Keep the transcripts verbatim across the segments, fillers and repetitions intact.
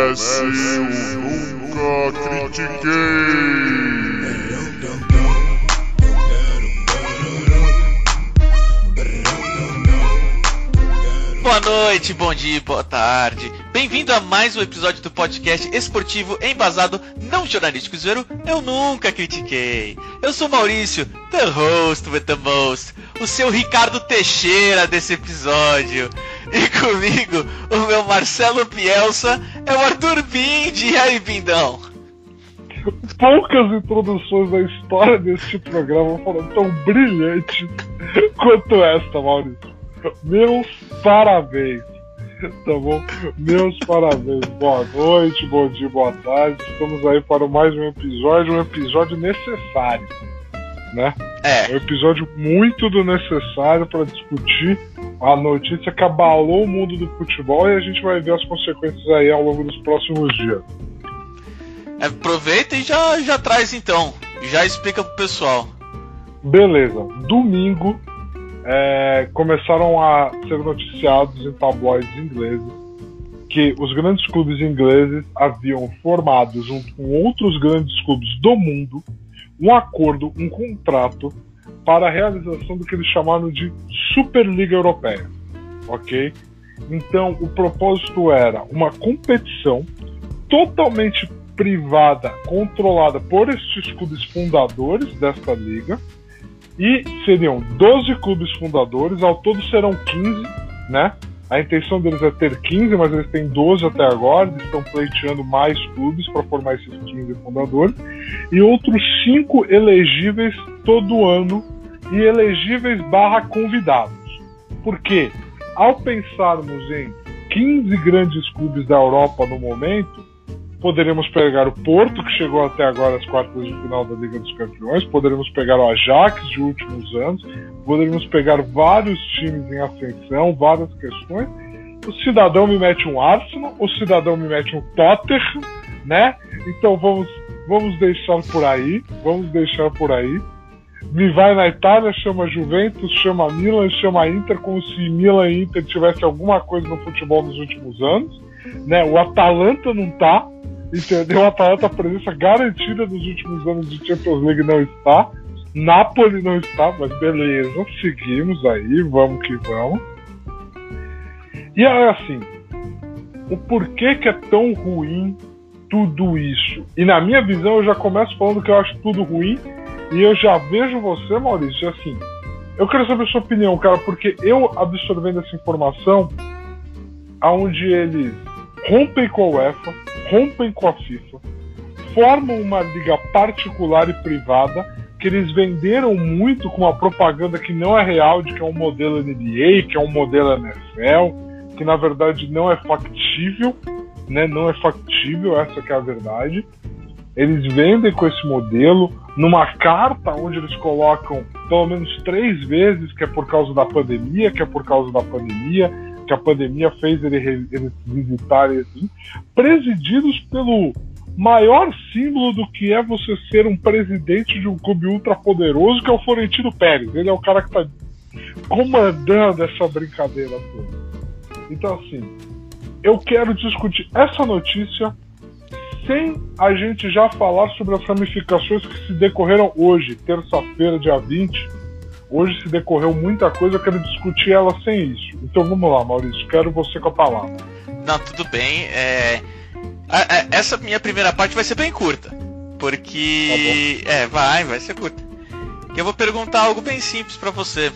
Messi eu nunca critiquei. Boa noite, bom dia, boa tarde. Bem-vindo a mais um episódio do podcast esportivo embasado não jornalístico zoeiro Eu Nunca Critiquei. Eu sou Maurício, the host with the most, o seu Ricardo Teixeira desse episódio. E comigo, o meu Marcelo Pielsa é o Arthur Bindi. E aí, Bindão? Poucas introduções da história deste programa foram tão brilhantes quanto esta, Maurício. Meus parabéns, tá bom? Meus parabéns. Boa noite, bom dia, boa tarde. Estamos aí para mais um episódio, um episódio necessário, né? É. Um episódio muito do necessário para discutir a notícia que abalou o mundo do futebol e a gente vai ver as consequências aí ao longo dos próximos dias. Aproveita e já, já traz então, já explica pro pessoal. Beleza, domingo É, começaram a ser noticiados em tabloides ingleses que os grandes clubes ingleses haviam formado, junto com outros grandes clubes do mundo, um acordo, um contrato para a realização do que eles chamaram de Superliga Europeia, ok? Então, o propósito era uma competição totalmente privada, controlada por estes clubes fundadores desta liga. E seriam doze clubes fundadores, ao todo serão quinze, né? A intenção deles é ter quinze, mas eles têm doze até agora, eles estão pleiteando mais clubes para formar esses quinze fundadores, e outros cinco elegíveis todo ano, e elegíveis barra convidados. Porque, ao pensarmos em quinze grandes clubes da Europa no momento, poderíamos pegar o Porto, que chegou até agora às quartas de final da Liga dos Campeões, poderíamos pegar o Ajax de últimos anos, poderíamos pegar vários times em ascensão, várias questões. O cidadão me mete um Arsenal, o cidadão me mete um Tottenham, né? Então vamos, vamos deixar por aí, vamos deixar por aí. Me vai na Itália, chama Juventus, chama Milan, chama Inter, como se Milan e Inter tivesse alguma coisa no futebol nos últimos anos, né? O Atalanta não tá, entendeu? O Atalanta, a presença garantida dos últimos anos de Champions League não está, Napoli não está, mas beleza, seguimos aí, vamos que vamos. E aí, assim, o porquê que é tão ruim tudo isso? E na minha visão, eu já começo falando que eu acho tudo ruim, e eu já vejo você, Maurício, assim, eu quero saber a sua opinião, cara, porque eu, absorvendo essa informação, aonde eles rompem com a UEFA, rompem com a FIFA, formam uma liga particular e privada, que eles venderam muito com uma propaganda que não é real, de que é um modelo N B A, que é um modelo N F L, que na verdade não é factível, né? Não é factível, essa que é a verdade. Eles vendem com esse modelo, numa carta onde eles colocam pelo menos três vezes que é por causa da pandemia, que é por causa da pandemia, que a pandemia fez eles ele visitarem assim, presididos pelo maior símbolo do que é você ser um presidente de um clube ultrapoderoso, que é o Florentino Pérez. Ele é o cara que está comandando essa brincadeira toda. Então, assim, eu quero discutir essa notícia sem a gente já falar sobre as ramificações que se decorreram hoje, terça-feira, dia vinte. Hoje se decorreu muita coisa, eu quero discutir ela sem isso. Então vamos lá, Maurício, quero você com a palavra. Não, tudo bem. É... A, a, essa minha primeira parte vai ser bem curta. Porque... Tá é, vai, vai ser curta. Que eu vou perguntar algo bem simples pra você.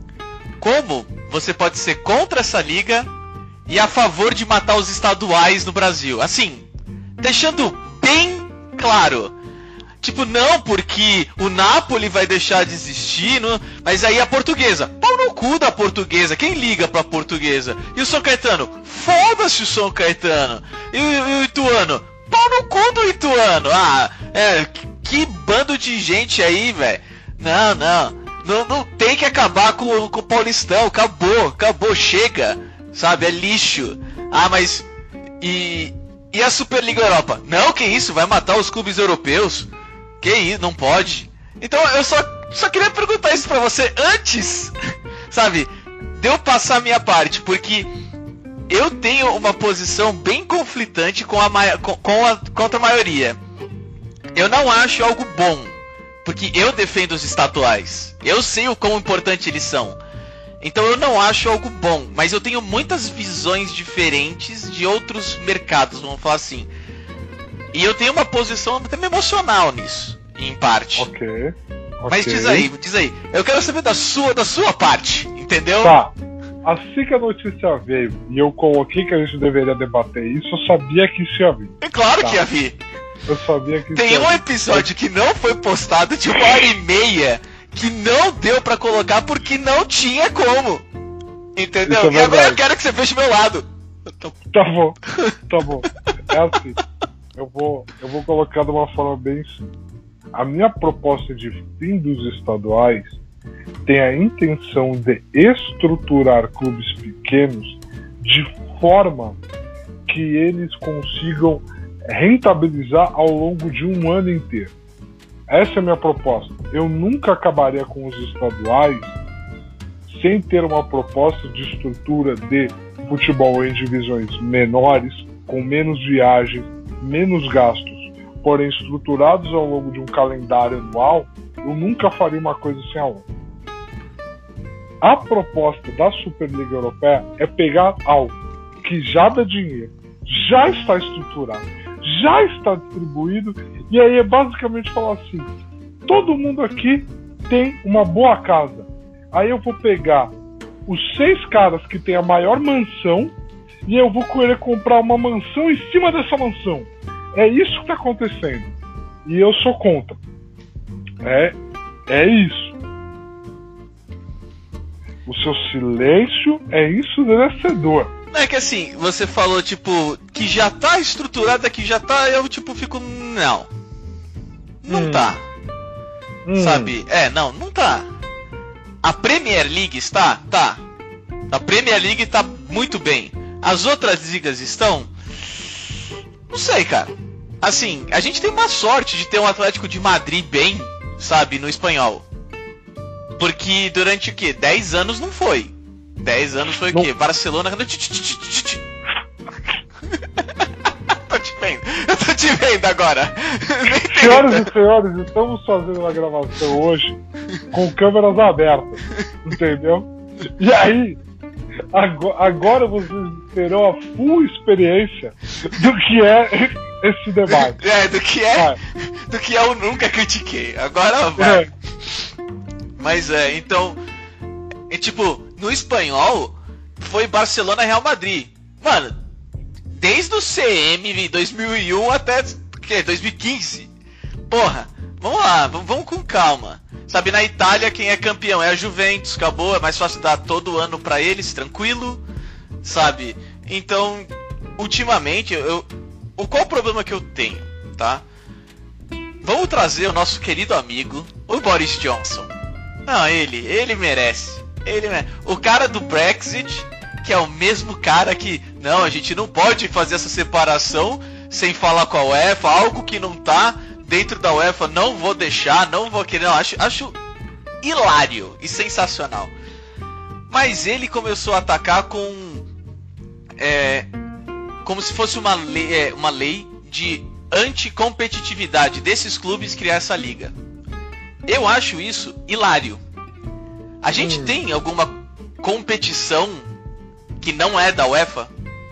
Como você pode ser contra essa liga e a favor de matar os estaduais no Brasil? Assim, deixando bem claro. Tipo, não porque o Napoli vai deixar de existir, não, mas aí a Portuguesa, pau no cu da Portuguesa, quem liga pra Portuguesa? E o São Caetano, foda-se o São Caetano. E, e o Ituano, pau no cu do Ituano. Ah, é, que, que bando de gente aí, velho. Não, não, não, não tem que acabar com, com o Paulistão, acabou, acabou, chega, sabe, é lixo. Ah, mas, e, e a Superliga Europa? Não, que isso, vai matar os clubes europeus? Que isso, não pode. Então eu só, só queria perguntar isso pra você antes, sabe, de eu passar a minha parte, porque eu tenho uma posição bem conflitante com a, com, com a, contra a maioria. Eu não acho algo bom, porque eu defendo os estaduais. Eu sei o quão importante eles são. Então eu não acho algo bom, mas eu tenho muitas visões diferentes de outros mercados, vamos falar assim. E eu tenho uma posição até emocional nisso, em parte. Ok. okay. Mas diz aí, diz aí. Eu quero saber da sua, da sua parte, entendeu? Tá. Assim que a notícia veio e eu coloquei que a gente deveria debater isso, eu sabia que isso ia vir. É claro tá. que ia vir. Eu sabia que isso Tem ia um vir. episódio que não foi postado de uma hora e meia que não deu pra colocar porque não tinha como. Entendeu? É e agora eu quero que você feche meu lado. Tá bom, tá bom. É assim. Eu vou, eu vou colocar de uma forma bem simples. A minha proposta de fim dos estaduais tem a intenção de estruturar clubes pequenos de forma que eles consigam rentabilizar ao longo de um ano inteiro. Essa é a minha proposta. Eu nunca acabaria com os estaduais sem ter uma proposta de estrutura de futebol em divisões menores, com menos viagens, menos gastos, porém estruturados ao longo de um calendário anual. Eu nunca faria uma coisa sem a outra. A proposta da Superliga Europeia é pegar algo que já dá dinheiro, já está estruturado, já está distribuído, e aí é basicamente falar assim: todo mundo aqui tem uma boa casa. Aí eu vou pegar os seis caras que tem a maior mansão e eu vou querer comprar uma mansão em cima dessa mansão. É isso que está acontecendo. E eu sou contra. É, é isso. O seu silêncio é ensurdecedor. É que assim, você falou, tipo, que já tá estruturada, que já tá, eu, tipo, fico, não. Não hum. tá. Hum. Sabe? É, não, não tá. A Premier League está? Tá. A Premier League tá muito bem. As outras ligas estão? Não sei, cara. Assim, a gente tem uma sorte de ter um Atlético de Madrid bem, sabe, no espanhol. Porque durante o quê? dez anos não foi. dez anos foi não. O quê? Barcelona... tô te vendo. Eu tô te vendo agora. Senhoras e senhores, estamos fazendo uma gravação hoje com câmeras abertas. Entendeu? E aí, agora vocês terão a full experiência do que é esse debate. É, do que é, vai. do que eu nunca critiquei. Agora vai. É. Mas é, então, é, tipo, no espanhol foi Barcelona Real Madrid. Mano, desde o C M dois mil e um até que, dois mil e quinze. Porra, vamos lá, vamos, vamos com calma. Sabe, na Itália quem é campeão é a Juventus, acabou, é mais fácil dar todo ano pra eles, tranquilo, sabe? Então, ultimamente, eu, o qual o problema que eu tenho, tá? Vamos trazer o nosso querido amigo, o Boris Johnson. Não, ele, ele merece. Ele merece. O cara do Brexit, que é o mesmo cara que, não, a gente não pode fazer essa separação sem falar com a UEFA, algo que não tá dentro da UEFA, não vou deixar, não vou querer, não, acho, acho hilário e sensacional. Mas ele começou a atacar com, é, como se fosse uma lei, é, uma lei de anticompetitividade desses clubes criar essa liga. Eu acho isso hilário. A gente hum. tem alguma competição que não é da UEFA?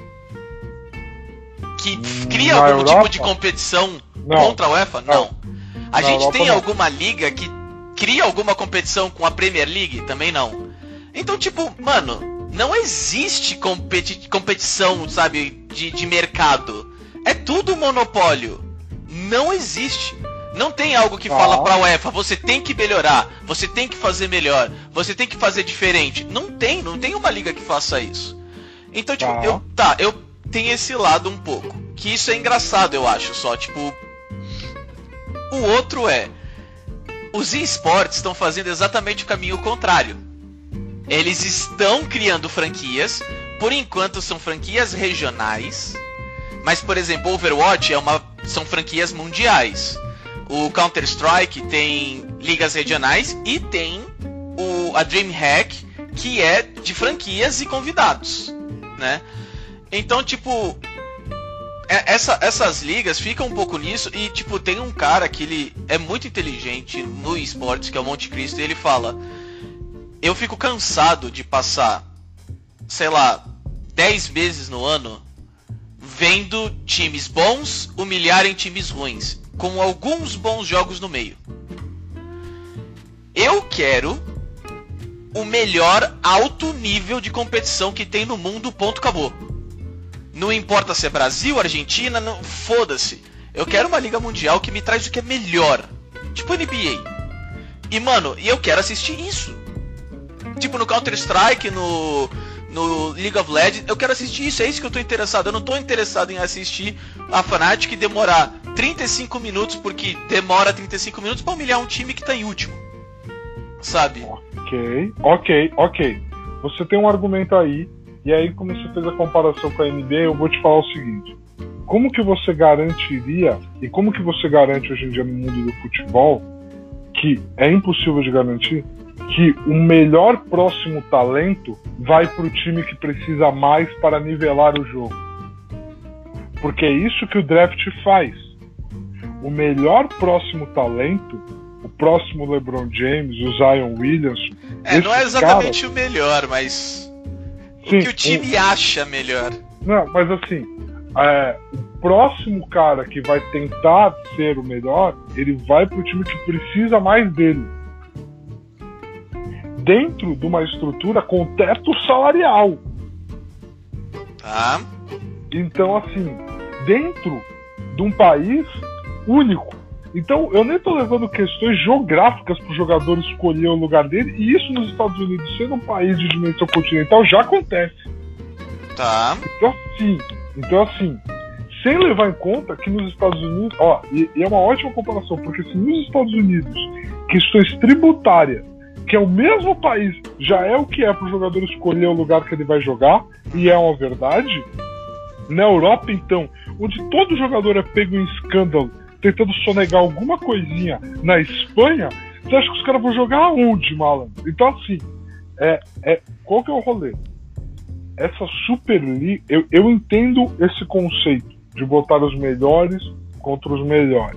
Que hum, cria algum Europa? tipo de competição não. contra a UEFA? Não. não. A na gente Europa, tem não. alguma liga que cria alguma competição com a Premier League? Também não. Então, tipo, mano, não existe competi- competição, sabe, de, de mercado. É tudo monopólio. Não existe. Não tem algo que ah. fala pra UEFA, você tem que melhorar, você tem que fazer melhor, você tem que fazer diferente. Não tem, não tem uma liga que faça isso. Então, tipo, ah. eu, tá, eu tenho esse lado um pouco. Que isso é engraçado, eu acho, só, tipo... O outro é... Os eSports estão fazendo exatamente o caminho contrário. Eles estão criando franquias, por enquanto são franquias regionais, mas, por exemplo, Overwatch é uma, são franquias mundiais. O Counter-Strike tem ligas regionais e tem o, a DreamHack, que é de franquias e convidados, né? Então, tipo, é, essa, essas ligas ficam um pouco nisso. E, tipo, tem um cara que ele é muito inteligente no esportes, que é o Monte Cristo, e ele fala: eu fico cansado de passar, sei lá, dez meses no ano vendo times bons humilharem times ruins, com alguns bons jogos no meio. Eu quero o melhor alto nível de competição que tem no mundo, ponto, acabou. Não importa se é Brasil, Argentina, não, foda-se. Eu quero uma liga mundial que me traz o que é melhor, tipo N B A. E mano, eu quero assistir isso. Tipo no Counter-Strike, no, no League of Legends, eu quero assistir isso, é isso que eu tô interessado. Eu não tô interessado em assistir a Fnatic demorar trinta e cinco minutos, porque demora trinta e cinco minutos pra humilhar um time que tá em último. Sabe? Ok, ok, ok. Você tem um argumento aí, e aí como você fez a comparação com a N B A, eu vou te falar o seguinte. Como que você garantiria, e como que você garante hoje em dia no mundo do futebol, que é impossível de garantir, que o melhor próximo talento vai para o time que precisa mais para nivelar o jogo? Porque é isso que o draft faz. O melhor próximo talento, o próximo LeBron James, o Zion Williamson... É, não é exatamente caras, o melhor, mas sim, o que o time um, acha melhor. Não, mas assim, é, o próximo cara que vai tentar ser o melhor, ele vai para o time que precisa mais dele. Dentro de uma estrutura com teto salarial. Tá. Então, assim, dentro de um país único. Então, eu nem tô levando questões geográficas para o jogador escolher o lugar dele, e isso nos Estados Unidos, sendo um país de dimensão continental, já acontece. Tá. Então, assim, então, assim, sem levar em conta que nos Estados Unidos, ó, e, e é uma ótima comparação, porque se nos Estados Unidos, questões tributárias, que é o mesmo país, já é o que é para o jogador escolher o lugar que ele vai jogar, e é uma verdade. Na Europa, então, onde todo jogador é pego em escândalo, tentando sonegar alguma coisinha na Espanha, você acha que os caras vão jogar aonde, malandro? Então, assim, é, é, qual que é o rolê? Essa Superliga, eu, eu entendo esse conceito de botar os melhores contra os melhores.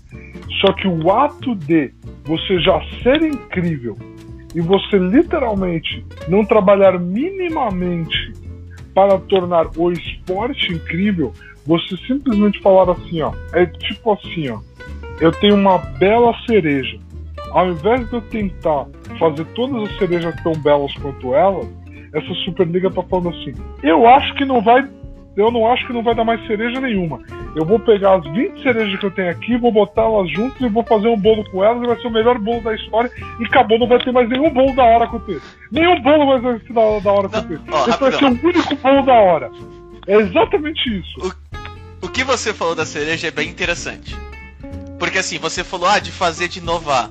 Só que o ato de você já ser incrível e você literalmente não trabalhar minimamente para tornar o esporte incrível, você simplesmente falar assim, ó, é tipo assim, ó, eu tenho uma bela cereja. Ao invés de eu tentar fazer todas as cerejas tão belas quanto elas, essa Superliga tá falando assim, eu acho que não vai, eu não acho que não vai dar mais cereja nenhuma. Eu vou pegar as vinte cerejas que eu tenho aqui, vou botar elas juntas e vou fazer um bolo com elas, e vai ser o melhor bolo da história, e acabou, não vai ter mais nenhum bolo da hora com esse. Nenhum bolo mais vai ser da, da hora com esse. Esse vai ser o único bolo da hora. É exatamente isso. O, o que você falou da cereja é bem interessante. Porque assim, você falou, ah, de fazer de inovar.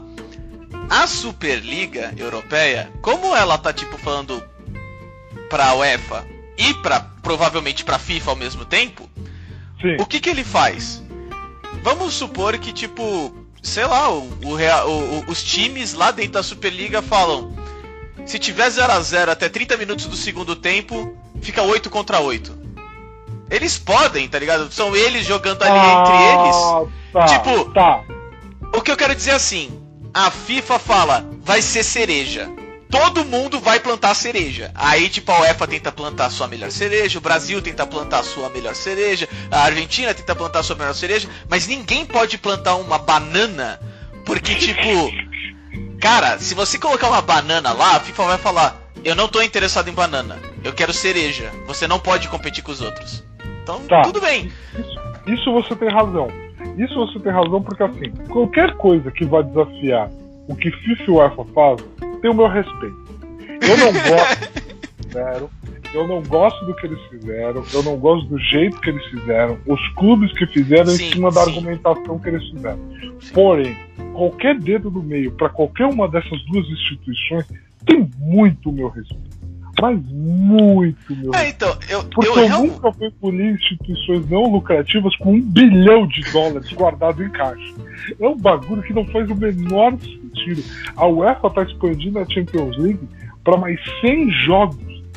A Superliga Europeia, como ela tá tipo falando pra UEFA e pra, provavelmente pra FIFA ao mesmo tempo, sim, o que que ele faz? Vamos supor que tipo, sei lá, o, o, o, os times lá dentro da Superliga falam, se tiver zero a zero até trinta minutos do segundo tempo, fica oito contra oito. Eles podem, tá ligado? São eles jogando ali ah, entre eles. Tá, tipo, tá. O que eu quero dizer assim, a FIFA fala, vai ser cereja. Todo mundo vai plantar cereja. Aí, tipo, a UEFA tenta plantar a sua melhor cereja, o Brasil tenta plantar a sua melhor cereja, a Argentina tenta plantar a sua melhor cereja, mas ninguém pode plantar uma banana, porque, tipo, cara, se você colocar uma banana lá, a FIFA vai falar, eu não tô interessado em banana, eu quero cereja, você não pode competir com os outros. Então, tá, tudo bem. Isso, isso você tem razão. Isso você tem razão porque, assim, qualquer coisa que vai desafiar o que FIFA e UEFA fazem, tem o meu respeito. Eu não gosto do que eles fizeram, eu não gosto do que eles fizeram, eu não gosto do jeito que eles fizeram, os clubes que fizeram sim, em cima da sim. argumentação que eles fizeram. Sim. Porém, qualquer dedo do meio para qualquer uma dessas duas instituições tem muito o meu respeito. Mas muito, meu. É, então, eu, Porque eu, eu eu nunca fui polir instituições não lucrativas com um bilhão de dólares guardado em caixa. É um bagulho que não faz o menor sentido. A UEFA está expandindo a Champions League para mais cem jogos.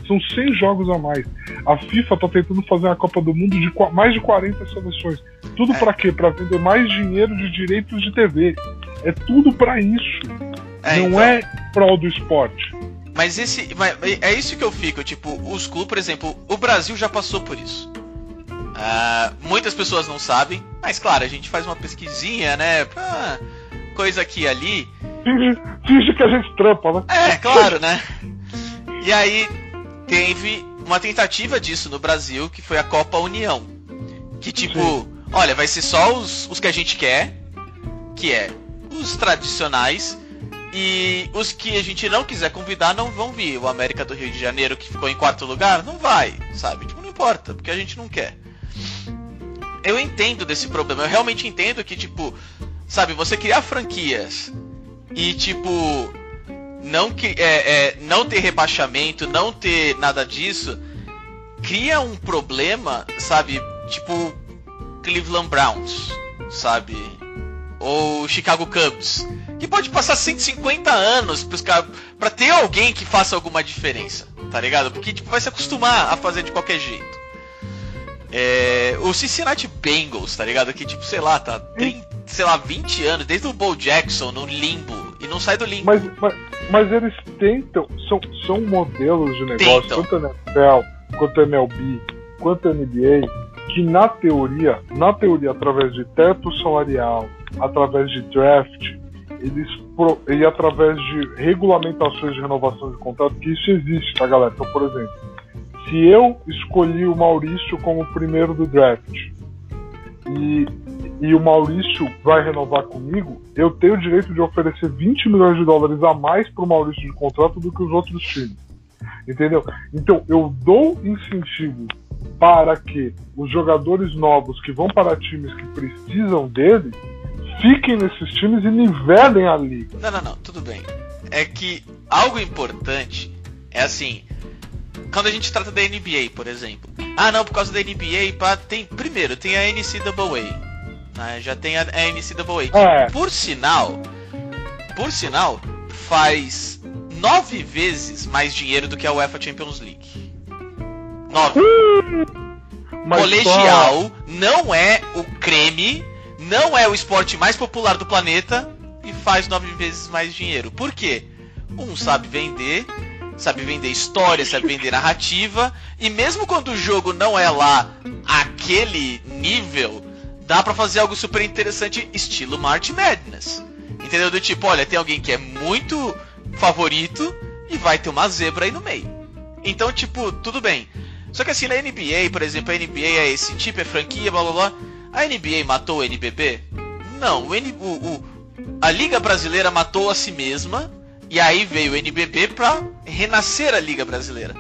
São cem jogos a mais. A FIFA tá tentando fazer uma Copa do Mundo de mais de quarenta seleções. Tudo é. pra quê? Pra vender mais dinheiro de direitos de T V. É tudo pra isso. É, Não então... é prol do esporte. Mas esse. Mas é isso que eu fico, tipo, os clubes, por exemplo, o Brasil já passou por isso. Uh, muitas pessoas não sabem, mas claro, a gente faz uma pesquisinha, né? Pra coisa aqui e ali. Finge, finge que a gente trampa, né? É, claro, né? E aí teve uma tentativa disso no Brasil, que foi a Copa União. Que tipo, Sim. olha, vai ser só os, os que a gente quer, que é os tradicionais. E os que a gente não quiser convidar não vão vir. O América do Rio de Janeiro, que ficou em quarto lugar, não vai, sabe? Tipo, não importa, porque a gente não quer. Eu entendo desse problema, eu realmente entendo que, tipo, sabe, você criar franquias e, tipo, não, que, é, é, não ter rebaixamento, não ter nada disso, cria um problema, sabe? Tipo, Cleveland Browns, sabe? Ou Chicago Cubs, que pode passar cento e cinquenta anos pros caras, pra ter alguém que faça alguma diferença, tá ligado? Porque tipo, vai se acostumar a fazer de qualquer jeito. É, o Cincinnati Bengals, tá ligado? Que tipo, sei lá, tá trinta, sei lá, vinte anos, desde o Bo Jackson no limbo, e não sai do limbo. Mas, mas, mas eles tentam, são, são modelos de negócio, tentam. Tanto a N F L, quanto a M L B, quanto a N B A, que na teoria, na teoria, através de teto salarial, através de draft, eles pro, e através de regulamentações de renovação de contrato, que isso existe, tá, galera? Então, por exemplo, se eu escolhi o Maurício como primeiro do draft e, e o Maurício vai renovar comigo, eu tenho o direito de oferecer vinte milhões de dólares a mais pro Maurício de contrato do que os outros times. Entendeu? Então, eu dou incentivo para que os jogadores novos que vão para times que precisam dele fiquem nesses times e nivelem a liga. Não, não, não, tudo bem. É que algo importante é assim, quando a gente trata da N B A, por exemplo. Ah, não, por causa da N B A, pá, tem, primeiro, tem a N C A A, né, já tem a, a N C A A, que, é. por sinal, por sinal, faz nove vezes mais dinheiro do que a UEFA Champions League. Nove. Mas colegial só... não é o creme, não é o esporte mais popular do planeta e faz nove vezes mais dinheiro. Por quê? Um sabe vender, sabe vender história, sabe vender narrativa, e mesmo quando o jogo não é lá aquele nível, dá pra fazer algo super interessante, estilo March Madness. Entendeu? Do tipo, olha, tem alguém que é muito favorito e vai ter uma zebra aí no meio. Então, tipo, tudo bem. Só que assim, na N B A, por exemplo, a N B A é esse tipo, é franquia, blá blá blá. A N B A matou o N B B? Não, o, N, o, o a Liga Brasileira matou a si mesma, e aí veio o N B B pra renascer a Liga Brasileira.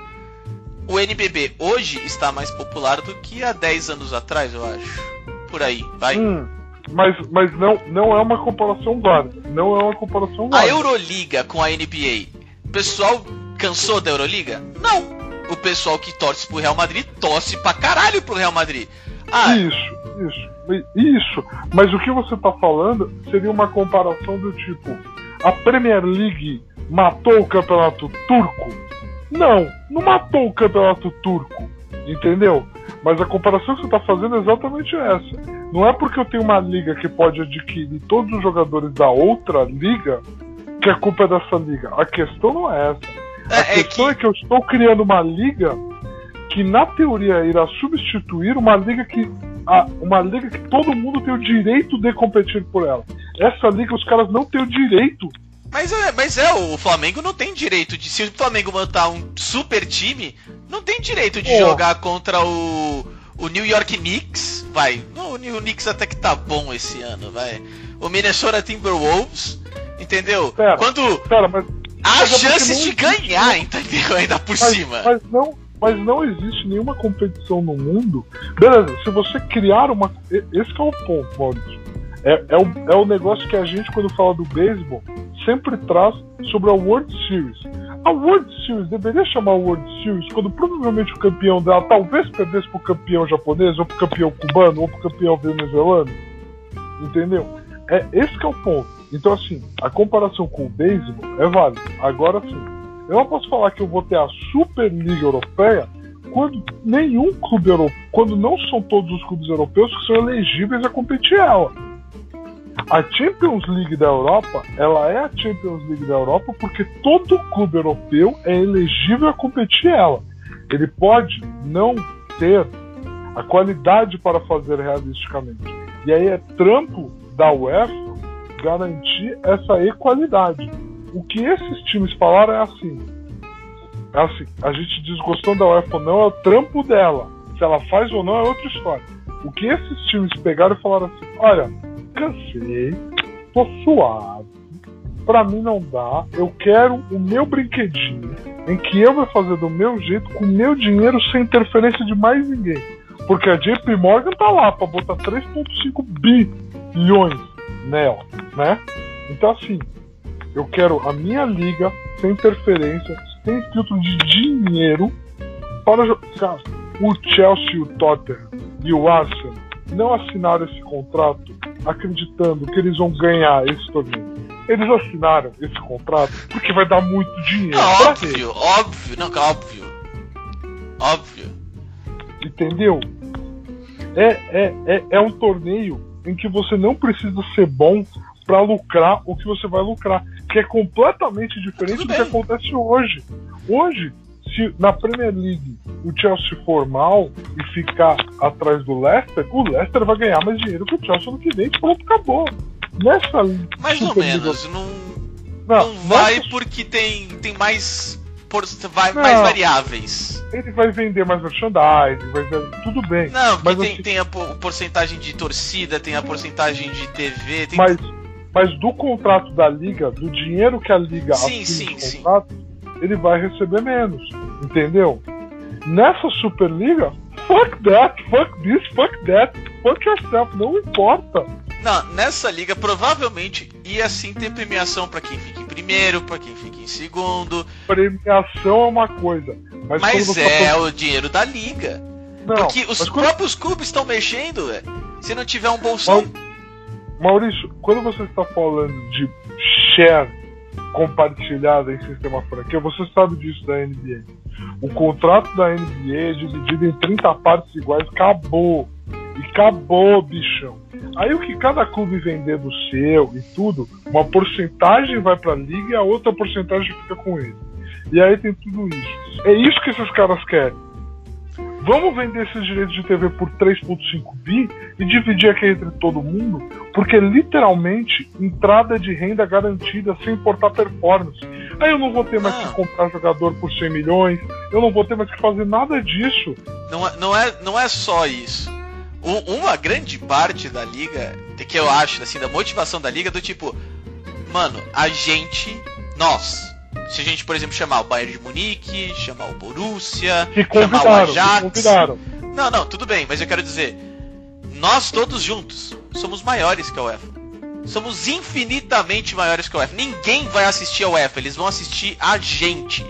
O N B B hoje está mais popular do que há dez anos atrás, eu acho. Por aí, vai. Hum, mas mas não, não é uma comparação válida. Não é uma comparação válida. A Euroliga com a N B A, o pessoal cansou da Euroliga? Não. O pessoal que torce pro Real Madrid torce pra caralho pro Real Madrid. Ah, isso, isso, isso. Mas o que você tá falando seria uma comparação do tipo, a Premier League matou o campeonato turco? Não, não matou o campeonato turco, entendeu? Mas a comparação que você tá fazendo é exatamente essa. Não é porque eu tenho uma liga que pode adquirir todos os jogadores da outra liga que a culpa é dessa liga. A questão não é essa. A é questão que... é que eu estou criando uma liga que na teoria irá substituir uma liga que a, uma liga que todo mundo tem o direito de competir por ela. Essa liga os caras não têm o direito. Mas é, mas é, o Flamengo não tem direito de, se o Flamengo montar um super time, não tem direito de oh. jogar contra o o New York Knicks, vai. O New Knicks até que tá bom esse ano, vai. O Minnesota Timberwolves, entendeu? Pera, Quando pera, mas há mas chances é de ganhar, entendeu? Ainda por mas, cima. Mas não, mas não existe nenhuma competição no mundo. Beleza, se você criar uma... Esse que é o ponto, Maurício. É, é, o, é o negócio que a gente, quando fala do beisebol, sempre traz sobre a World Series. A World Series deveria chamar World Series quando provavelmente o campeão dela talvez perdesse pro campeão japonês, ou pro campeão cubano, ou pro campeão venezuelano. Entendeu? É, esse que é o ponto. Então, assim, a comparação com o beisebol é válida. Agora sim, Eu não posso falar que eu vou ter a Superliga Europeia quando nenhum clube europeu, quando não são todos os clubes europeus que são elegíveis a competir ela. A Champions League da Europa, ela é a Champions League da Europa porque todo clube europeu é elegível a competir ela. Ele pode não ter a qualidade para fazer realisticamente. E aí é trampo da UEFA garantir essa equalidade. O que esses times falaram é assim, é assim, a gente desgostou da UEFA ou não, é o trampo dela. Se ela faz ou não é outra história. O que esses times pegaram e falaram assim, olha, cansei, tô suave, pra mim não dá, eu quero o meu brinquedinho, em que eu vou fazer do meu jeito, com o meu dinheiro, sem interferência de mais ninguém. Porque a J P Morgan tá lá pra botar três vírgula cinco bilhões nela, né? Então assim, eu quero a minha liga sem interferência, sem filtro de dinheiro para jogar. O Chelsea, o Tottenham e o Arsenal não assinaram esse contrato acreditando que eles vão ganhar esse torneio. Eles assinaram esse contrato porque vai dar muito dinheiro. Não, óbvio, óbvio, não, óbvio. Óbvio. Entendeu? É, é, é, é um torneio em que você não precisa ser bom para lucrar o que você vai lucrar, que é completamente diferente do que acontece hoje. Hoje, se na Premier League o Chelsea for mal e ficar atrás do Leicester, o Leicester vai ganhar mais dinheiro que o Chelsea no que vem, pronto, acabou. Nessa mais ou menos, não, não, não vai nessa... porque tem, tem mais, por, vai, mais variáveis. Ele vai vender mais merchandising, vai vender, tudo bem. Não, porque mas tem, assim, tem a porcentagem de torcida, tem a porcentagem de T V. Tem... Mas, mas do contrato da Liga, do dinheiro que a Liga sim, sim, no sim. contrato, ele vai receber menos, entendeu? Nessa Superliga, fuck that, fuck this, fuck that, fuck yourself, não importa. Não, nessa liga provavelmente ia sim ter premiação pra quem fica em primeiro, pra quem fica em segundo. Premiação é uma coisa, mas, mas é tá... o dinheiro da liga. Não, porque os quando... próprios clubes estão mexendo, véio. Se não tiver um bolsão. Maurício, quando você está falando de share compartilhada em sistema franquia, você sabe disso da N B A. O contrato da N B A é dividido em trinta partes iguais, acabou. E acabou, bichão. Aí o que cada clube vender do seu e tudo, uma porcentagem vai pra liga e a outra porcentagem fica com ele. E aí tem tudo isso. É isso que esses caras querem. Vamos vender esses direitos de T V por três vírgula cinco bi e dividir aqui entre todo mundo, porque literalmente entrada de renda garantida sem importar performance. Aí eu não vou ter mais ah. que comprar jogador por cem milhões, eu não vou ter mais que fazer nada disso. Não é, não é, não é só isso. Uma grande parte da liga, que eu acho, assim, da motivação da liga, do tipo, mano, a gente, nós, se a gente, por exemplo, chamar o Bayern de Munique, chamar o Borussia, chamar o Ajax... Não, não, tudo bem, mas eu quero dizer, nós todos juntos somos maiores que a UEFA. Somos infinitamente maiores que a UEFA. Ninguém vai assistir a UEFA, eles vão assistir a gente.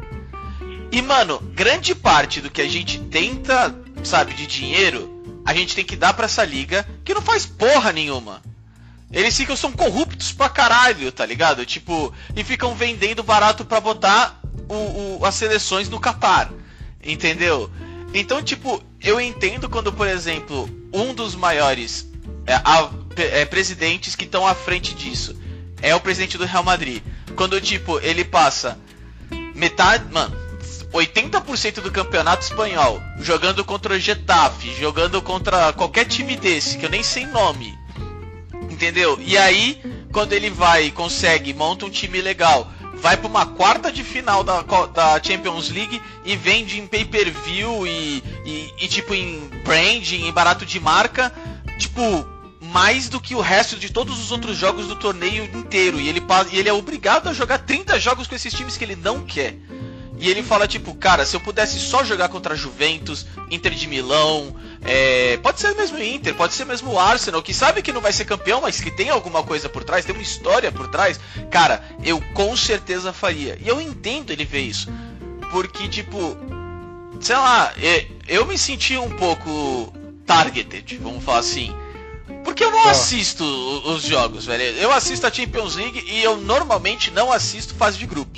E, mano, grande parte do que a gente tenta, sabe, de dinheiro... a gente tem que dar pra essa liga que não faz porra nenhuma. Eles ficam, são corruptos pra caralho, tá ligado? Tipo, e ficam vendendo barato pra botar o, o, as seleções no Qatar, entendeu? Então, tipo, eu entendo quando, por exemplo, um dos maiores é, a, é, presidentes que estão à frente disso é o presidente do Real Madrid. Quando, tipo, ele passa metade... Mano, oitenta por cento do campeonato espanhol jogando contra o Getafe, jogando contra qualquer time desse, que eu nem sei nome, entendeu? E aí, quando ele vai e consegue, monta um time legal, vai pra uma quarta de final da, da Champions League e vende em pay-per-view e, e, e tipo em branding, em barato de marca, tipo, mais do que o resto de todos os outros jogos do torneio inteiro. E ele, e ele é obrigado a jogar trinta jogos com esses times que ele não quer. E ele fala, tipo, cara, se eu pudesse só jogar contra Juventus, Inter de Milão, é, pode ser mesmo o Inter, pode ser mesmo o Arsenal, que sabe que não vai ser campeão, mas que tem alguma coisa por trás, tem uma história por trás, cara, eu com certeza faria. E eu entendo ele ver isso, porque, tipo, sei lá, eu me senti um pouco targeted, vamos falar assim, porque eu não ah. assisto os jogos, velho. Eu assisto a Champions League e eu normalmente não assisto fase de grupos.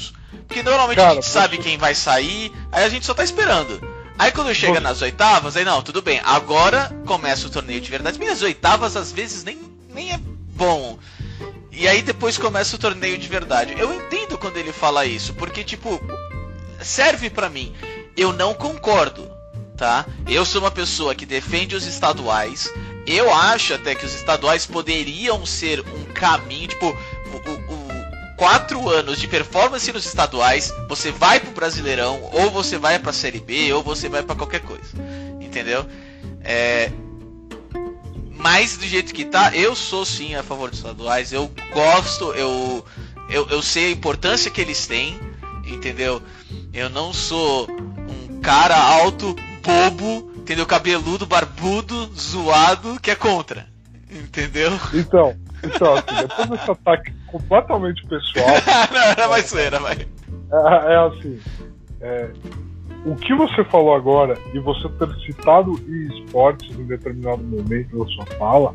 Porque normalmente Cara, a gente sabe você... quem vai sair, aí a gente só tá esperando. Aí quando chega você... nas oitavas, aí não, tudo bem, agora começa o torneio de verdade. Minhas oitavas às vezes nem, nem é bom. E aí depois começa o torneio de verdade. Eu entendo quando ele fala isso, porque tipo, serve pra mim. Eu não concordo, tá? Eu sou uma pessoa que defende os estaduais. Eu acho até que os estaduais poderiam ser um caminho, tipo, o, o, o quatro anos de performance nos estaduais, você vai pro Brasileirão, ou você vai pra Série B, ou você vai pra qualquer coisa, entendeu? É... Mas do jeito que tá, eu sou sim a favor dos estaduais, eu gosto, eu, eu, eu sei a importância que eles têm, entendeu? Eu não sou um cara alto, bobo, entendeu? Cabeludo, barbudo, zoado, que é contra, entendeu? Então, então assim, depois desse ataque completamente pessoal... Não, era mais zoeira, vai. É, é assim, é, o que você falou agora, e você ter citado esportes em determinado momento da sua fala,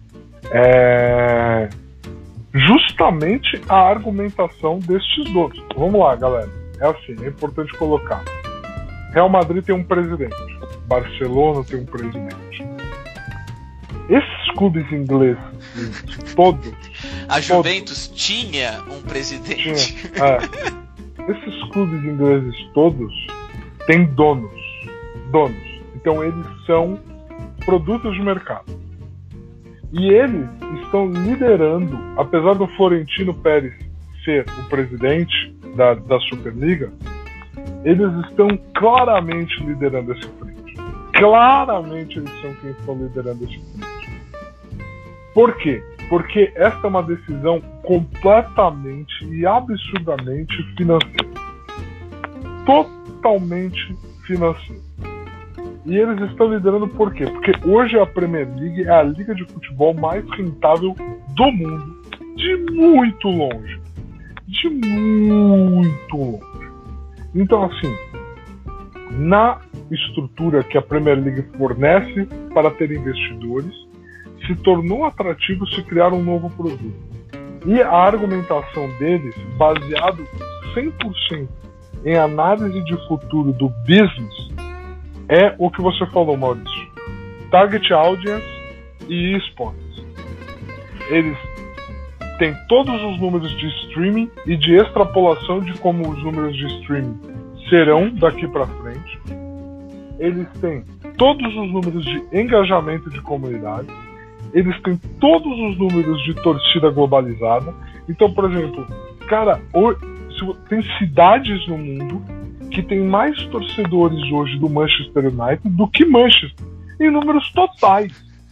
é justamente a argumentação destes dois. Vamos lá, galera. É assim, é importante colocar. Real Madrid tem um presidente. Barcelona tem um presidente. Esses clubes ingleses, todos... A Juventus todos, tinha um presidente. Tinha, é, esses clubes ingleses todos têm donos. Donos. Então eles são produtos de mercado. E eles estão liderando, apesar do Florentino Pérez ser o presidente da, da Superliga, eles estão claramente liderando esse frente. Claramente eles são quem estão liderando esse frente. Por quê? Porque esta é uma decisão completamente e absurdamente financeira. Totalmente financeira. E eles estão liderando por quê? Porque hoje a Premier League é a liga de futebol mais rentável do mundo. De muito longe. De muito longe. Então, assim, na estrutura que a Premier League fornece para ter investidores, se tornou atrativo se criar um novo produto. E a argumentação deles, baseado cem por cento em análise de futuro do business, é o que você falou, Maurício. Target Audience e esportes. Eles têm todos os números de streaming e de extrapolação de como os números de streaming serão daqui para frente. Eles têm todos os números de engajamento de comunidade. Eles têm todos os números de torcida globalizada. Então, por exemplo, cara, tem cidades no mundo que tem mais torcedores hoje do Manchester United do que Manchester, em números totais.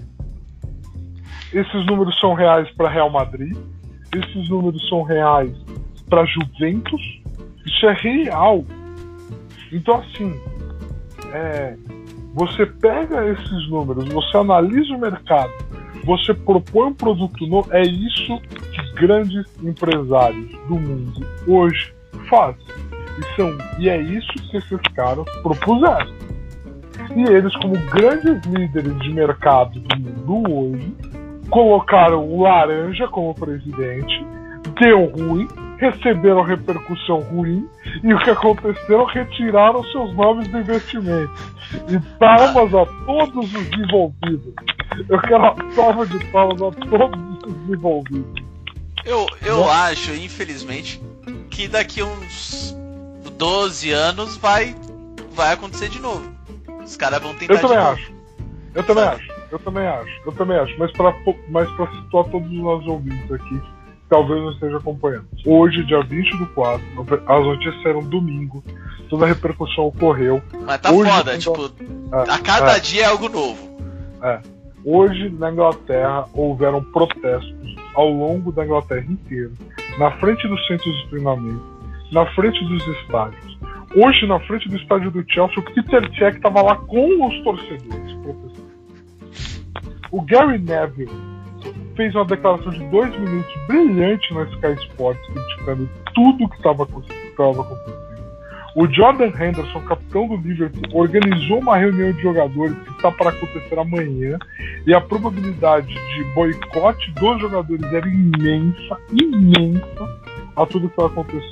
Esses números são reais para Real Madrid, esses números são reais para Juventus, isso é real. Então, assim, é, você pega esses números, você analisa o mercado, você propõe um produto novo, é isso que grandes empresários do mundo hoje fazem. E, são, e é isso que esses caras propuseram. E eles, como grandes líderes de mercado do mundo hoje, colocaram o laranja como presidente, deu ruim, receberam repercussão ruim, e o que aconteceu? Retiraram seus nomes do investimento. E palmas a todos os envolvidos. Eu quero a salva de palmas a todos os envolvidos. Eu, eu acho, infelizmente, que daqui a uns doze anos vai, vai acontecer de novo. Os caras vão tentar. Eu também de acho. novo. Eu também Sabe? acho. Eu também acho. Eu também acho. Mas pra, mas pra situar todos os nossos ouvintes aqui, talvez não esteja acompanhando. Hoje, dia vinte do quatro, as notícias saíram domingo, toda a repercussão ocorreu. Mas tá Hoje, foda, tipo, é, a cada é, dia é algo novo. É. Hoje, na Inglaterra, houveram protestos ao longo da Inglaterra inteira, na frente dos centros de treinamento, na frente dos estádios. Hoje, na frente do estádio do Chelsea, o Peter Cech estava lá com os torcedores protestando. O Gary Neville fez uma declaração de dois minutos brilhante na Sky Sports, criticando tudo que estava acontecendo. O Jordan Henderson, capitão do Liverpool, organizou uma reunião de jogadores que está para acontecer amanhã, e a probabilidade de boicote dos jogadores era imensa, imensa a tudo que estava acontecendo.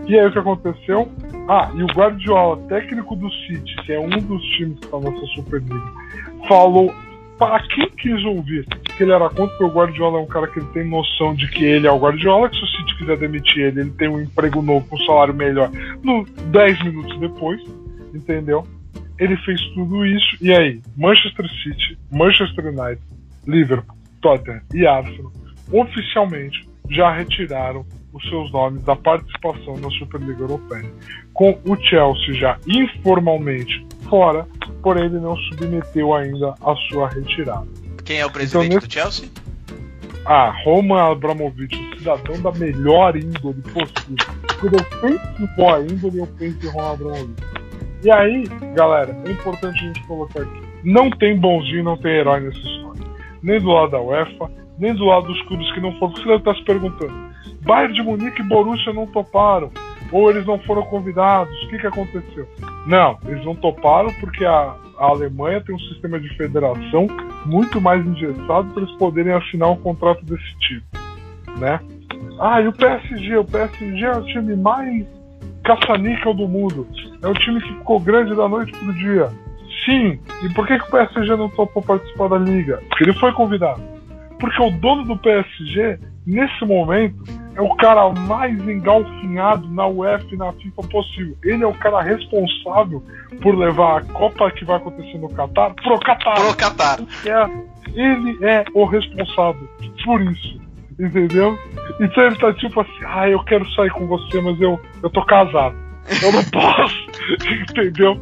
E aí o que aconteceu? Ah, e o Guardiola, técnico do City, que é um dos times que está nessa Superliga, falou para quem quis ouvir que ele era contra, porque o Guardiola é um cara que ele tem noção de que ele é o Guardiola, que se o City quiser demitir ele, ele tem um emprego novo com um salário melhor no dez minutos depois, entendeu? Ele fez tudo isso, e aí, Manchester City, Manchester United, Liverpool, Tottenham e Arsenal oficialmente já retiraram os seus nomes da participação na Superliga Europeia, com o Chelsea já informalmente fora, porém ele não submeteu ainda a sua retirada. Quem é o presidente então, nesse... do Chelsea? Ah, Roman Abramovich, um cidadão da melhor índole possível. Quando eu penso em boa índole, eu penso em Roman Abramovich. E aí, galera, é importante a gente colocar aqui, não tem bonzinho, não tem herói nessa história. Nem do lado da UEFA, nem do lado dos clubes que não foram. Você deve estar se perguntando, Bayern de Munique e Borussia não toparam, ou eles não foram convidados, o que, que aconteceu? Não, eles não toparam porque a, a Alemanha tem um sistema de federação muito mais engessado para eles poderem assinar um contrato desse tipo, né? Ah, e o P S G, o P S G é o time mais caça-níquel do mundo, é o time que ficou grande da noite pro dia. Sim, e por que, que o P S G não topou participar da liga? Porque ele foi convidado. Porque o dono do P S G, nesse momento, é o cara mais engalfinhado na UEFA e na FIFA possível. Ele é o cara responsável por levar a Copa que vai acontecer no Catar pro Catar. Pro Catar. Ele é o responsável por isso, entendeu? Então ele tá tipo assim, ah, eu quero sair com você, mas eu, eu tô casado. Eu não posso, entendeu?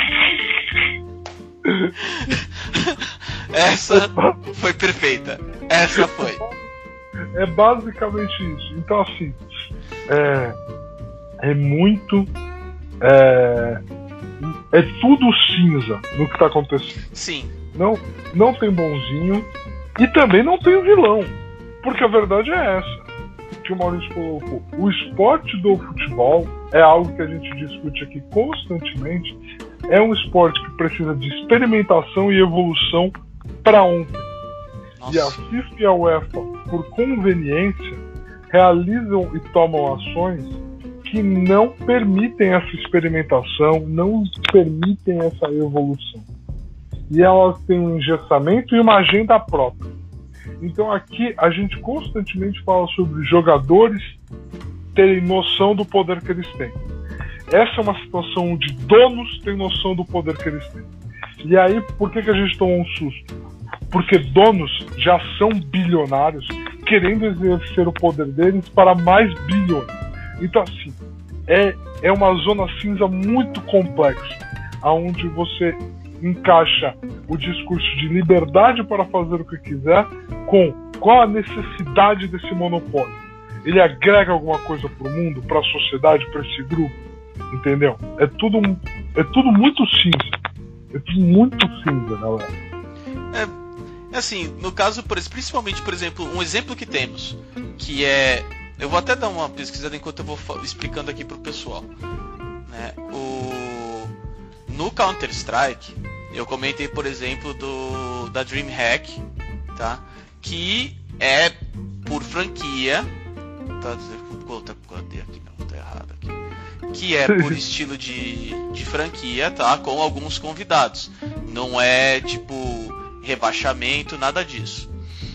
Essa foi perfeita. Essa foi. É basicamente isso. Então, assim, é, é muito. É, é tudo cinza no que tá acontecendo. Sim. Não, não tem bonzinho e também não tem vilão. Porque a verdade é essa. Que o Maurício colocou. O esporte do futebol é algo que a gente discute aqui constantemente. É um esporte que precisa de experimentação e evolução para ontem. Nossa. E a FIFA e a UEFA, por conveniência, realizam e tomam ações que não permitem essa experimentação, não permitem essa evolução. E elas têm um engessamento e uma agenda própria. Então aqui a gente constantemente fala sobre jogadores terem noção do poder que eles têm. Essa é uma situação onde donos têm noção do poder que eles têm. E aí, por que, que a gente tomou um susto? Porque donos já são bilionários querendo exercer o poder deles para mais bilhões. Então, assim, é, é uma zona cinza muito complexa, onde você encaixa o discurso de liberdade para fazer o que quiser com qual a necessidade desse monopólio. Ele agrega alguma coisa para o mundo, para a sociedade, para esse grupo? Entendeu? É tudo, é tudo muito cinza. É tudo muito cinza, galera. É, assim, no caso, principalmente, por exemplo, um exemplo que temos, que é... Eu vou até dar uma pesquisada enquanto eu vou explicando aqui pro pessoal. Né? O, no Counter-Strike, eu comentei, por exemplo, do, da DreamHack, tá? Que é por franquia... Tá, cadê aqui? Não, tá errado aqui. Que é por estilo de, de franquia, tá? Com alguns convidados. Não é tipo rebaixamento, nada disso.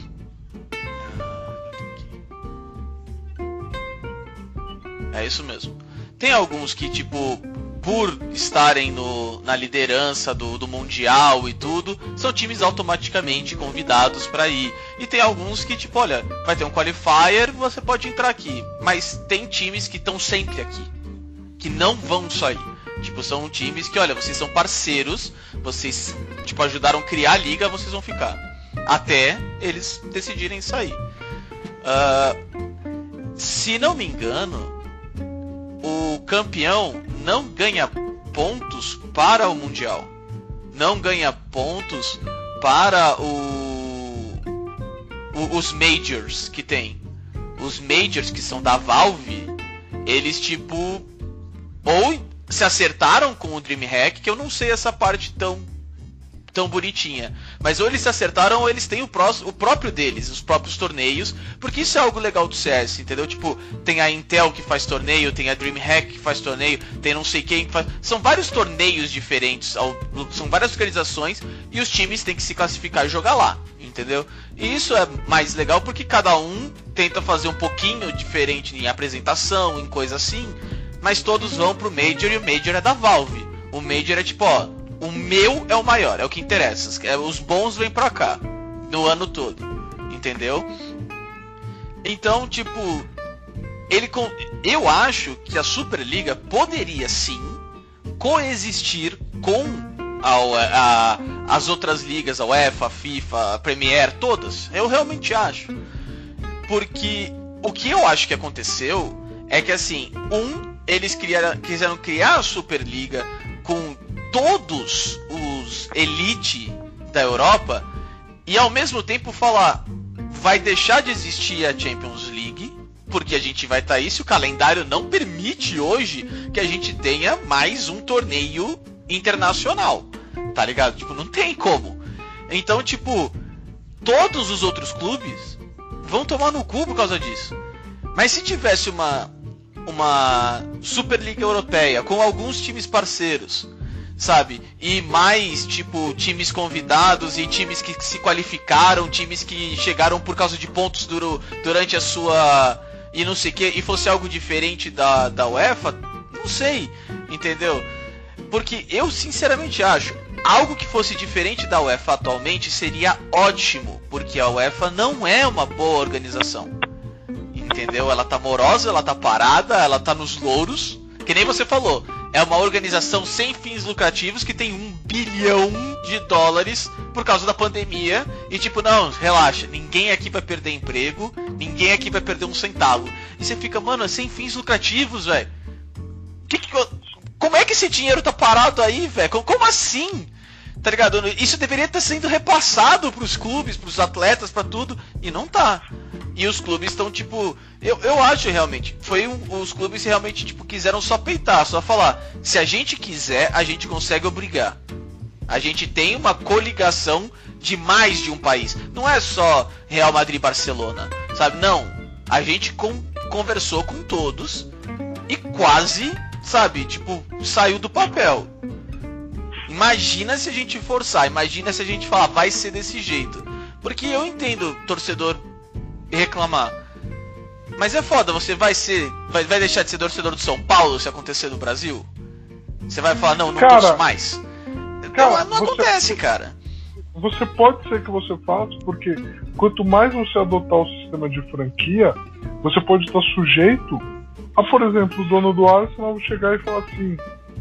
É isso mesmo. Tem alguns que, tipo, por estarem no, na liderança do, do Mundial e tudo, são times automaticamente convidados para ir. E tem alguns que, tipo, olha, vai ter um qualifier, você pode entrar aqui. Mas tem times que estão sempre aqui, que não vão só ir. Tipo, são times que, olha, vocês são parceiros, vocês, tipo, ajudaram a criar a liga, vocês vão ficar. Até eles decidirem sair. Uh, se não me engano, o campeão não ganha pontos para o Mundial. Não ganha pontos para o, o, os Majors que tem. Os Majors que são da Valve, eles, tipo... Ou se acertaram com o DreamHack, que eu não sei essa parte tão, tão bonitinha. Mas ou eles se acertaram ou eles têm o, pró o próprio deles, os próprios torneios, porque isso é algo legal do C S, entendeu? Tipo, tem a Intel que faz torneio, tem a DreamHack que faz torneio, tem não sei quem que faz... São vários torneios diferentes, são várias organizações e os times têm que se classificar e jogar lá, entendeu? E isso é mais legal porque cada um tenta fazer um pouquinho diferente em apresentação, em coisa assim, mas todos vão pro Major e o Major é da Valve. O Major é tipo, ó, o meu é o maior, é o que interessa. Os bons vêm pra cá, no ano todo, entendeu? Então, tipo, ele com... eu acho que a Superliga poderia sim coexistir com a, a, as outras ligas, a UEFA, a FIFA, a Premier, todas. Eu realmente acho. Porque o que eu acho que aconteceu é que, assim, um, eles criaram, quiseram criar a Superliga com todos os elite da Europa e ao mesmo tempo falar, vai deixar de existir a Champions League, porque a gente vai estar aí se o calendário não permite hoje que a gente tenha mais um torneio internacional, tá ligado? Tipo, não tem como. Então, tipo, todos os outros clubes vão tomar no cu por causa disso. Mas se tivesse uma uma Superliga Europeia com alguns times parceiros, sabe? E mais, tipo, times convidados e times que se qualificaram, times que chegaram por causa de pontos duro, durante a sua... e não sei o que, e fosse algo diferente da, da UEFA, não sei, entendeu? Porque eu sinceramente acho, algo que fosse diferente da UEFA atualmente seria ótimo, porque a UEFA não é uma boa organização. Entendeu? Ela tá morosa, ela tá parada, ela tá nos louros. Que nem você falou, é uma organização sem fins lucrativos que tem um bilhão de dólares por causa da pandemia. E tipo, não, relaxa, ninguém aqui vai perder emprego, ninguém aqui vai perder um centavo. E você fica, mano, é sem fins lucrativos, velho. Que que, como é que esse dinheiro tá parado aí, velho? Como, como assim? Tá ligado? Isso deveria estar sendo repassado pros clubes, pros atletas, pra tudo. E não tá. E os clubes estão, tipo... Eu, eu acho realmente... Foi um, os clubes realmente, tipo, quiseram só peitar. Só falar... Se a gente quiser, a gente consegue obrigar. A gente tem uma coligação de mais de um país. Não é só Real Madrid e Barcelona. Sabe? Não. A gente com, conversou com todos. E quase, sabe? Tipo, saiu do papel. Imagina se a gente forçar, imagina se a gente falar, vai ser desse jeito. Porque eu entendo torcedor reclamar. Mas é foda, você vai ser. Vai, vai deixar de ser torcedor do São Paulo se acontecer no Brasil? Você vai falar, não, não cara, torço mais. Então cara, não você, acontece, cara. Você pode ser que você faça, porque quanto mais você adotar o sistema de franquia, você pode estar sujeito a, por exemplo, o dono do Arsenal chegar e falar assim.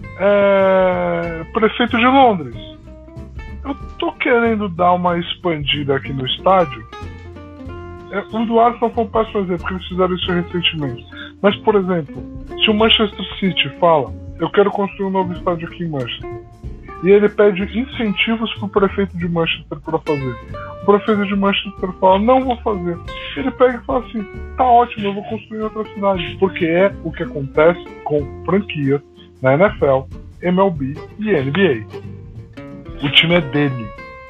É... Prefeito de Londres, eu tô querendo dar uma expandida aqui no estádio. É, o do Arsenal foi um péssimo exemplo, porque eles fizeram isso recentemente. Mas, por exemplo, se o Manchester City fala, eu quero construir um novo estádio aqui em Manchester, e ele pede incentivos pro prefeito de Manchester para fazer, o prefeito de Manchester fala, não vou fazer. Ele pega e fala assim, tá ótimo, eu vou construir em outra cidade. Porque é o que acontece com franquias na N F L, M L B e N B A. O time é dele.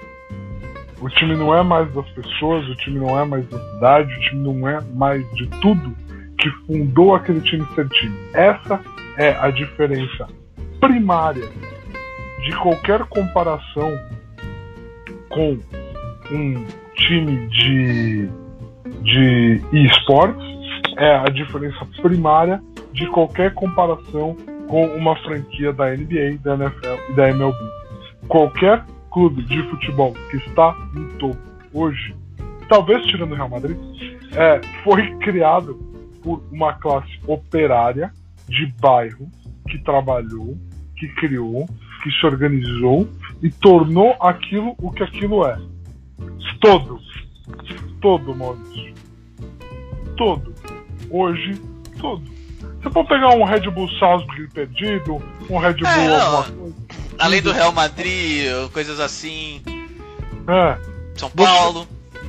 O time não é mais das pessoas, o time não é mais da cidade, o time não é mais de tudo que fundou aquele time ser time. Essa é a diferença primária de qualquer comparação com um time de, de esportes, é a diferença primária de qualquer comparação com uma franquia da N B A, da N F L e da M L B. Qualquer clube de futebol que está no topo hoje, talvez tirando o Real Madrid, é, foi criado por uma classe operária de bairro que trabalhou, que criou, que se organizou e tornou aquilo o que aquilo é. Todo. Todo, Maurício. Todo. Hoje, todo. Você pode pegar um Red Bull Salzburg perdido, um Red Bull é, alguma coisa. Além do Real Madrid, coisas assim. É. São Paulo.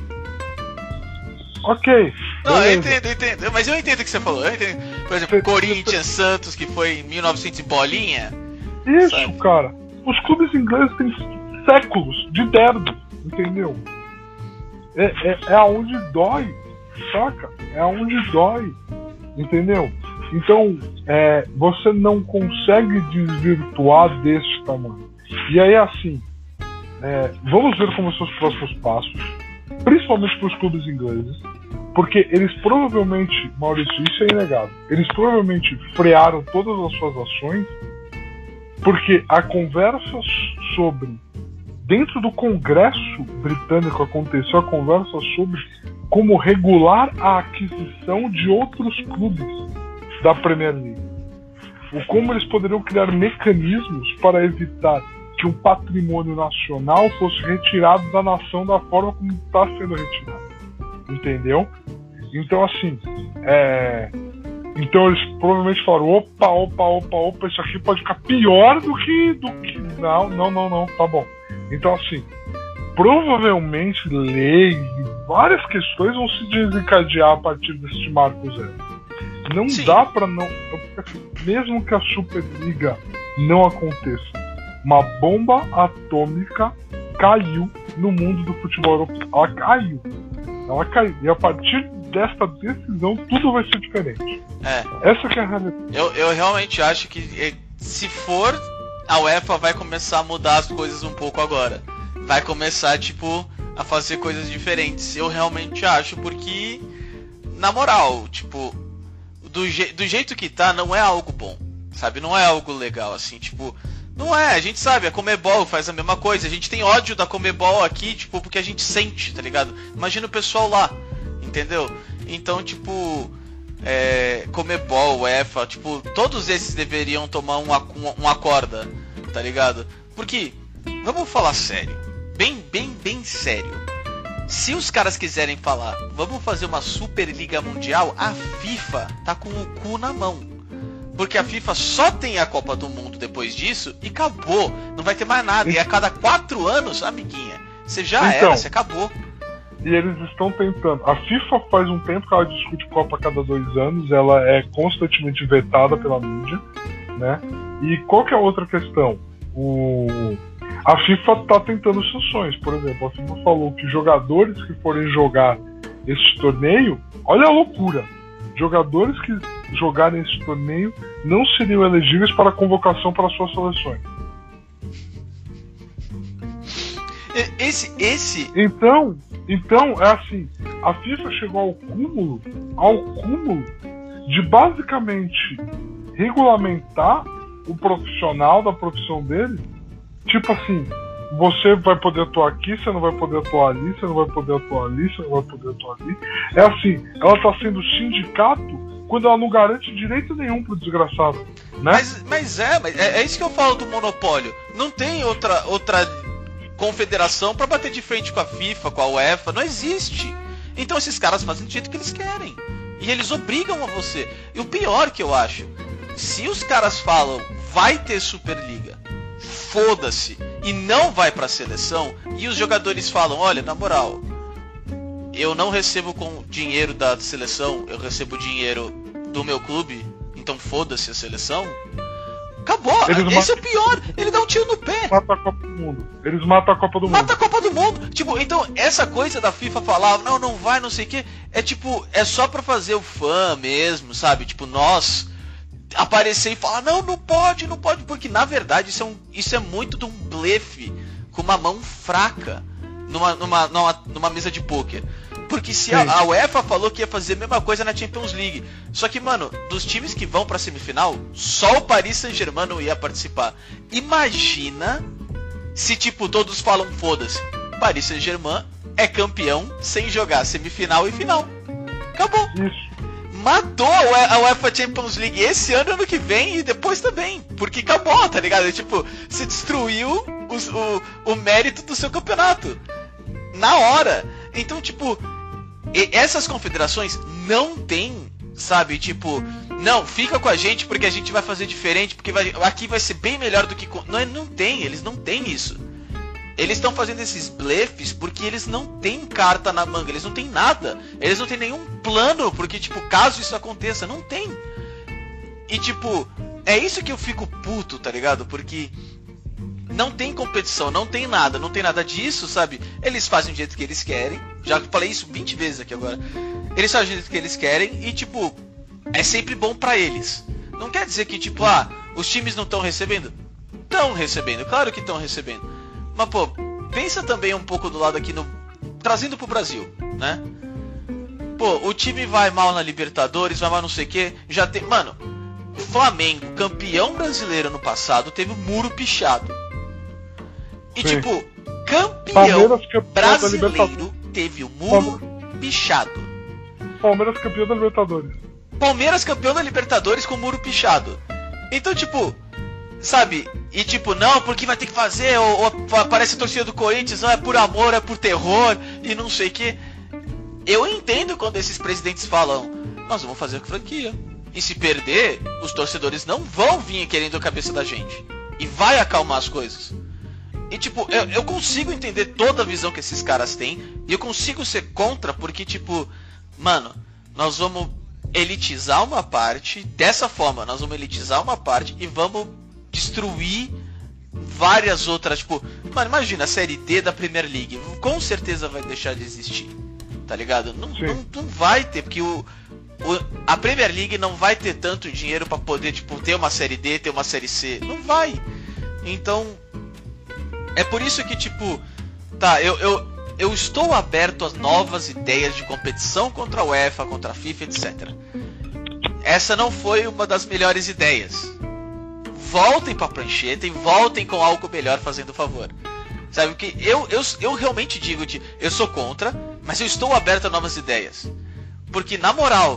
Ok. Não, beleza. eu entendo, eu entendo. Mas eu entendo o que você falou. Eu entendo. Por exemplo, você, Corinthians, você... Santos, que foi em mil e novecentos e bolinha. Isso, sabe? Cara. Os clubes ingleses têm séculos de derby. entendeu? É, é, é aonde dói, saca? É aonde dói, entendeu? Então, é, você não consegue desvirtuar desse tamanho. E aí, assim, é, vamos ver como são os próximos passos, principalmente para os clubes ingleses, porque eles provavelmente, Maurício, isso é inegável, eles provavelmente frearam todas as suas ações, porque a conversa sobre, dentro do Congresso britânico aconteceu a conversa sobre como regular a aquisição de outros clubes da Premier League. Ou como eles poderiam criar mecanismos para evitar que um patrimônio nacional fosse retirado da nação da forma como está sendo retirado. Entendeu? Então, assim, é... então eles provavelmente falaram, opa, opa, opa, opa, isso aqui pode ficar pior do que... Do que... Não, não, não, não, tá bom. Então, assim, provavelmente leis e várias questões vão se desencadear a partir desse marco zero. Não Sim. dá pra não... Mesmo que a Superliga não aconteça, uma bomba atômica caiu no mundo do futebol europeu. Ela caiu. Ela caiu. E a partir desta decisão, tudo vai ser diferente. É. Essa que é a realidade. Eu, eu realmente acho que, se for, a UEFA vai começar a mudar as coisas um pouco agora. Vai começar, tipo, a fazer coisas diferentes. Eu realmente acho, porque, na moral, tipo, do, je do jeito que tá, não é algo bom, sabe? Não é algo legal, assim, tipo... Não é, a gente sabe, a Conmebol faz a mesma coisa. A gente tem ódio da Conmebol aqui, tipo, porque a gente sente, tá ligado? Imagina o pessoal lá, entendeu? Então, tipo, é, Conmebol, UEFA, tipo, todos esses deveriam tomar uma, uma, uma corda, tá ligado? Porque, vamos falar sério, bem, bem, bem sério. Se os caras quiserem falar, vamos fazer uma Superliga Mundial, a FIFA tá com o cu na mão. Porque a FIFA só tem a Copa do Mundo depois disso e acabou. Não vai ter mais nada. E a cada quatro anos, amiguinha, você já então, era, você acabou. E eles estão tentando. A FIFA faz um tempo que ela discute Copa a cada dois anos. Ela é constantemente vetada pela mídia, né? E qual que é a outra questão? O... A FIFA está tentando exceções. Por exemplo, a FIFA falou que jogadores que forem jogar esse torneio, olha a loucura. Jogadores que jogarem esse torneio não seriam elegíveis para convocação para suas seleções. Esse, esse... Então, então é assim, a FIFA chegou ao cúmulo, ao cúmulo de basicamente regulamentar o profissional da profissão dele, tipo assim, você vai poder atuar aqui, você não vai poder atuar ali, você não vai poder atuar ali, você não vai poder atuar ali. É assim, ela tá sendo sindicato quando ela não garante direito nenhum pro desgraçado, né? Mas, mas é, mas é, é isso que eu falo do monopólio. Não tem outra, outra confederação pra bater de frente com a FIFA, com a UEFA, não existe. Então esses caras fazem do jeito que eles querem. E eles obrigam a você. E o pior que eu acho, se os caras falam, vai ter Superliga, foda-se, e não vai pra seleção, e os jogadores falam, olha, na moral, eu não recebo com dinheiro da seleção, eu recebo dinheiro do meu clube, então foda-se a seleção. Acabou, eles esse é o pior, ele dá um tiro no pé. Mata a Copa do Mundo. Eles matam a Copa do Mundo. Mata a Copa do Mundo. Tipo, então essa coisa da FIFA falar, não, não vai, não sei o que, é tipo, é só pra fazer o fã mesmo, sabe? Tipo, nós aparecer e falar, não, não pode, não pode, porque na verdade isso é, um, isso é muito de um blefe com uma mão fraca numa, numa, numa, numa mesa de pôquer. Porque se a, a UEFA falou que ia fazer a mesma coisa na Champions League, só que, mano, dos times que vão pra semifinal, só o Paris Saint-Germain não ia participar. Imagina se, tipo, todos falam, foda-se, Paris Saint-Germain é campeão sem jogar semifinal e final. Acabou. Isso. Matou a UEFA Champions League esse ano, ano que vem e depois também. Porque acabou, tá ligado? Tipo, se destruiu os, o, o mérito do seu campeonato. Na hora. Então, tipo, essas confederações não tem, sabe? Tipo, não, fica com a gente porque a gente vai fazer diferente, porque vai, aqui vai ser bem melhor do que... Não, não tem, eles não têm isso. Eles estão fazendo esses blefes porque eles não têm carta na manga, eles não têm nada. Eles não têm nenhum plano, porque, tipo, caso isso aconteça, não tem. E, tipo, é isso que eu fico puto, tá ligado? Porque não tem competição, não tem nada, não tem nada disso, sabe? Eles fazem do jeito que eles querem. Já falei isso vinte vezes aqui agora. Eles fazem do jeito que eles querem e, tipo, é sempre bom pra eles. Não quer dizer que, tipo, ah, os times não estão recebendo? Estão recebendo, claro que estão recebendo. Mas, pô, pensa também um pouco do lado aqui no... trazendo pro Brasil, né? Pô, o time vai mal na Libertadores, vai mal não sei o que, já tem... Mano, Flamengo, campeão brasileiro no passado, teve o muro pichado. E, Sim. tipo, campeão Palmeiras, campeão da brasileiro Libertadores. teve o muro pichado. Palmeiras campeão da Libertadores. Palmeiras campeão da Libertadores com o muro pichado. Então, tipo, sabe? E tipo, não, porque vai ter que fazer, ou, ou aparece a torcida do Corinthians, não, é por amor, é por terror, e não sei o que. Eu entendo quando esses presidentes falam, nós vamos fazer com franquia. E se perder, os torcedores não vão vir querendo a cabeça da gente. E vai acalmar as coisas. E tipo, eu, eu consigo entender toda a visão que esses caras têm. E eu consigo ser contra, porque tipo, mano, nós vamos elitizar uma parte. Dessa forma, nós vamos elitizar uma parte e vamos destruir várias outras. Tipo, mano, imagina a série D da Premier League. Com certeza vai deixar de existir. Tá ligado? Não, não, não vai ter, porque o, o, a Premier League não vai ter tanto dinheiro pra poder, tipo, ter uma série D, ter uma série C. Não vai. Então, é por isso que, tipo, tá, eu, eu, eu estou aberto a novas ideias de competição contra a UEFA, contra a FIFA, etcétera. Essa não foi uma das melhores ideias. Voltem pra prancheta e voltem com algo melhor fazendo favor. Sabe, que eu, eu, eu realmente digo de, eu sou contra, mas eu estou aberto a novas ideias. Porque, na moral,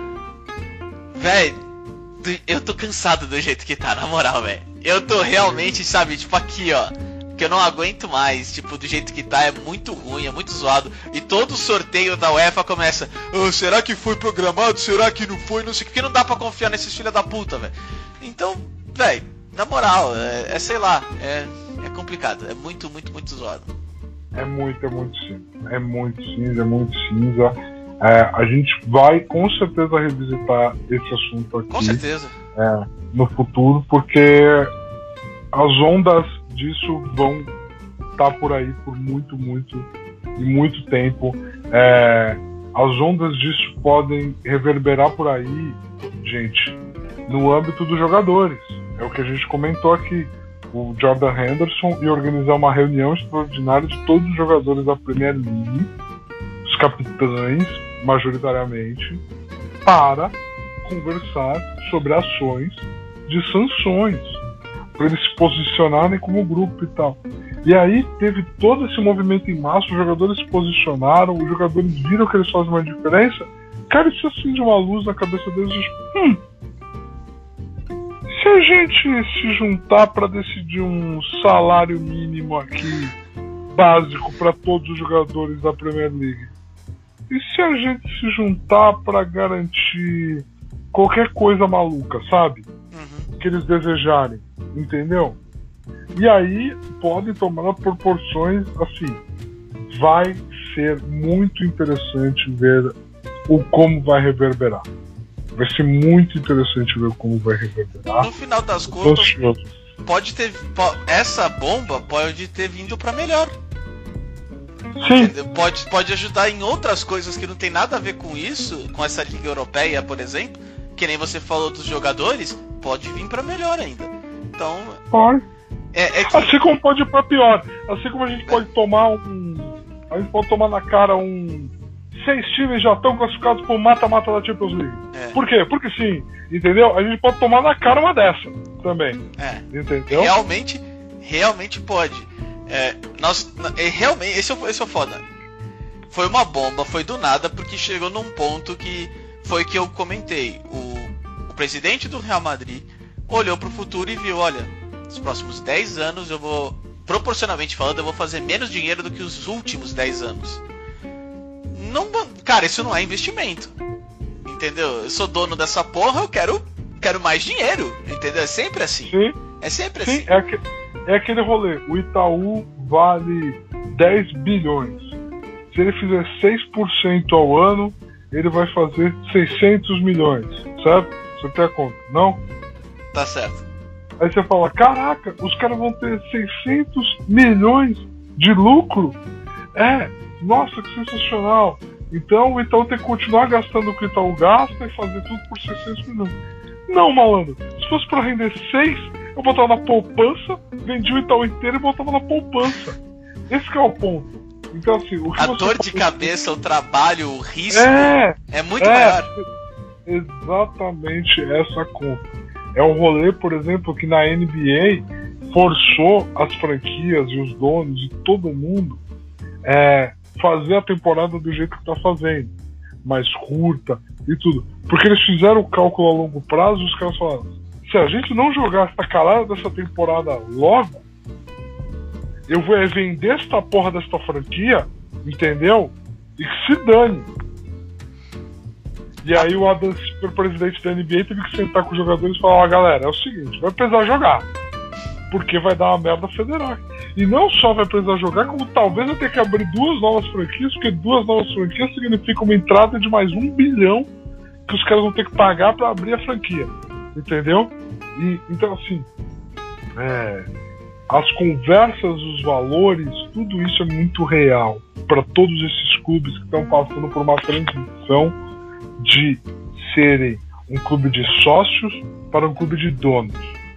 velho, eu tô cansado do jeito que tá, na moral, velho. Eu tô realmente, sabe, tipo aqui, ó, que eu não aguento mais, tipo, do jeito que tá, é muito ruim, é muito zoado. E todo sorteio da UEFA começa, oh, será que foi programado? Será que não foi? Não sei o que, porque não dá pra confiar nesses filha da puta, velho. Então, velho, na moral, é, é sei lá, é... É complicado, é muito, muito, muito zoado. É muito, é muito cinza. É muito cinza, é muito cinza. É, a gente vai com certeza revisitar esse assunto aqui. Com certeza. É, no futuro, porque as ondas disso vão estar por aí por muito, muito e muito tempo. É, as ondas disso podem reverberar por aí, gente, no âmbito dos jogadores. É o que a gente comentou aqui. O Jordan Henderson e organizar uma reunião extraordinária de todos os jogadores da Premier League, os capitães, majoritariamente, para conversar sobre ações de sanções, para eles se posicionarem como grupo e tal. E aí teve todo esse movimento em massa, os jogadores se posicionaram, os jogadores viram que eles fazem uma diferença, cara, isso acende uma luz na cabeça deles e diz, hum, se a gente se juntar para decidir um salário mínimo aqui, básico para todos os jogadores da Premier League, e se a gente se juntar para garantir qualquer coisa maluca, sabe? Uhum. Que eles desejarem, entendeu? E aí podem tomar proporções assim. Vai ser muito interessante ver o como vai reverberar. Vai ser muito interessante ver como vai reverberar. No final das contas, pode ter, essa bomba pode ter vindo para melhor. Sim. Pode, pode ajudar em outras coisas que não tem nada a ver com isso, com essa Liga Europeia, por exemplo, que nem você falou dos jogadores, pode vir para melhor ainda. Então, pode. É, é que... Assim como pode ir para pior. Assim como a gente pode tomar um, a gente pode tomar na cara um seis times já estão classificados por mata-mata da Champions League. É. Por quê? Porque sim, entendeu? A gente pode tomar na cara uma dessa também. É. Entendeu? Realmente, realmente pode. É, nós, é, realmente, esse é, esse é o foda. Foi uma bomba, foi do nada, porque chegou num ponto que foi que eu comentei. O, o presidente do Real Madrid olhou pro futuro e viu, olha, nos próximos dez anos eu vou, proporcionalmente falando, eu vou fazer menos dinheiro do que os últimos dez anos. Não, cara, isso não é investimento, entendeu? Eu sou dono dessa porra, eu quero, quero mais dinheiro, entendeu? É sempre assim. Sim. É sempre Sim, assim. É, que, é aquele rolê. O Itaú vale dez bilhões. Se ele fizer seis por cento ao ano, ele vai fazer seiscentos milhões, certo? Você tem a conta, não? Tá certo. Aí você fala, caraca, os caras vão ter seiscentos milhões de lucro? É, nossa, que sensacional. Então o Itaú tem que continuar gastando o que o Itaú gasta e fazer tudo por seiscentos milhões. Não, malandro. Se fosse pra render seis, eu botava na poupança, vendia o Itaú inteiro e botava na poupança. Esse que é o ponto. Então, assim, o que a você dor de pode... cabeça, o trabalho, o risco é, é muito é, maior. Exatamente essa conta. É o rolê, por exemplo, que na N B A forçou as franquias e os donos e todo mundo é, fazer a temporada do jeito que tá fazendo, mais curta e tudo. Porque eles fizeram o cálculo a longo prazo e os caras falaram, se a gente não jogar essa caralho dessa temporada logo, eu vou vender esta porra desta franquia, entendeu? E que se dane. E aí o Adam Silver, presidente da N B A, teve que sentar com os jogadores e falar, ó, galera, é o seguinte, vai precisar jogar. Porque vai dar uma merda federal. E não só vai precisar jogar, como talvez vai ter que abrir duas novas franquias, porque duas novas franquias significa uma entrada de mais um bilhão que os caras vão ter que pagar pra abrir a franquia. Entendeu? E, então, assim, é, as conversas, os valores, tudo isso é muito real para todos esses clubes que estão passando por uma transição de serem um clube de sócios para um clube de donos.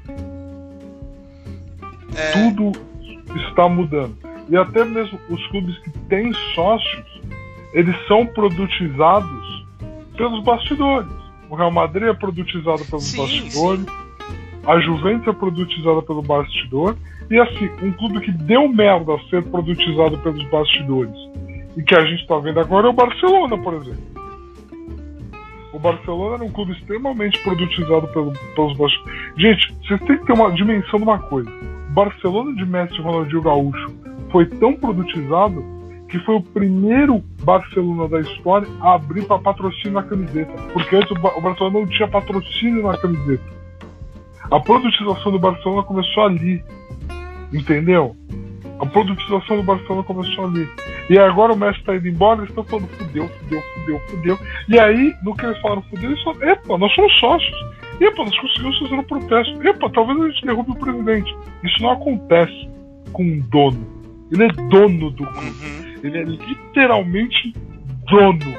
É... Tudo está mudando. E até mesmo os clubes que têm sócios, eles são produtizados pelos bastidores. O Real Madrid é produtizado pelos sim, bastidores, sim. A Juventus é produtizada pelo bastidor, e assim, um clube que deu merda a ser produtizado pelos bastidores e que a gente está vendo agora é o Barcelona, por exemplo. O Barcelona era um clube extremamente produtizado pelo, pelos bastidores. Gente, vocês têm que ter uma dimensão de uma coisa. O Barcelona de Messi e Ronaldinho Gaúcho foi tão produtizado que foi o primeiro Barcelona da história a abrir para patrocínio na camiseta. Porque antes o Barcelona não tinha patrocínio na camiseta. A produtização do Barcelona começou ali. Entendeu? A produtização do Barcelona começou ali. E agora o Messi está indo embora, eles estão falando fudeu, fudeu, fudeu, fudeu. E aí, no que eles falaram fudeu, eles falaram, epa, nós somos sócios. Epa, nós conseguimos fazer um protesto. Epa, talvez a gente derrube o presidente. Isso não acontece com um dono. Ele é dono do clube. Uhum. Ele é literalmente dono.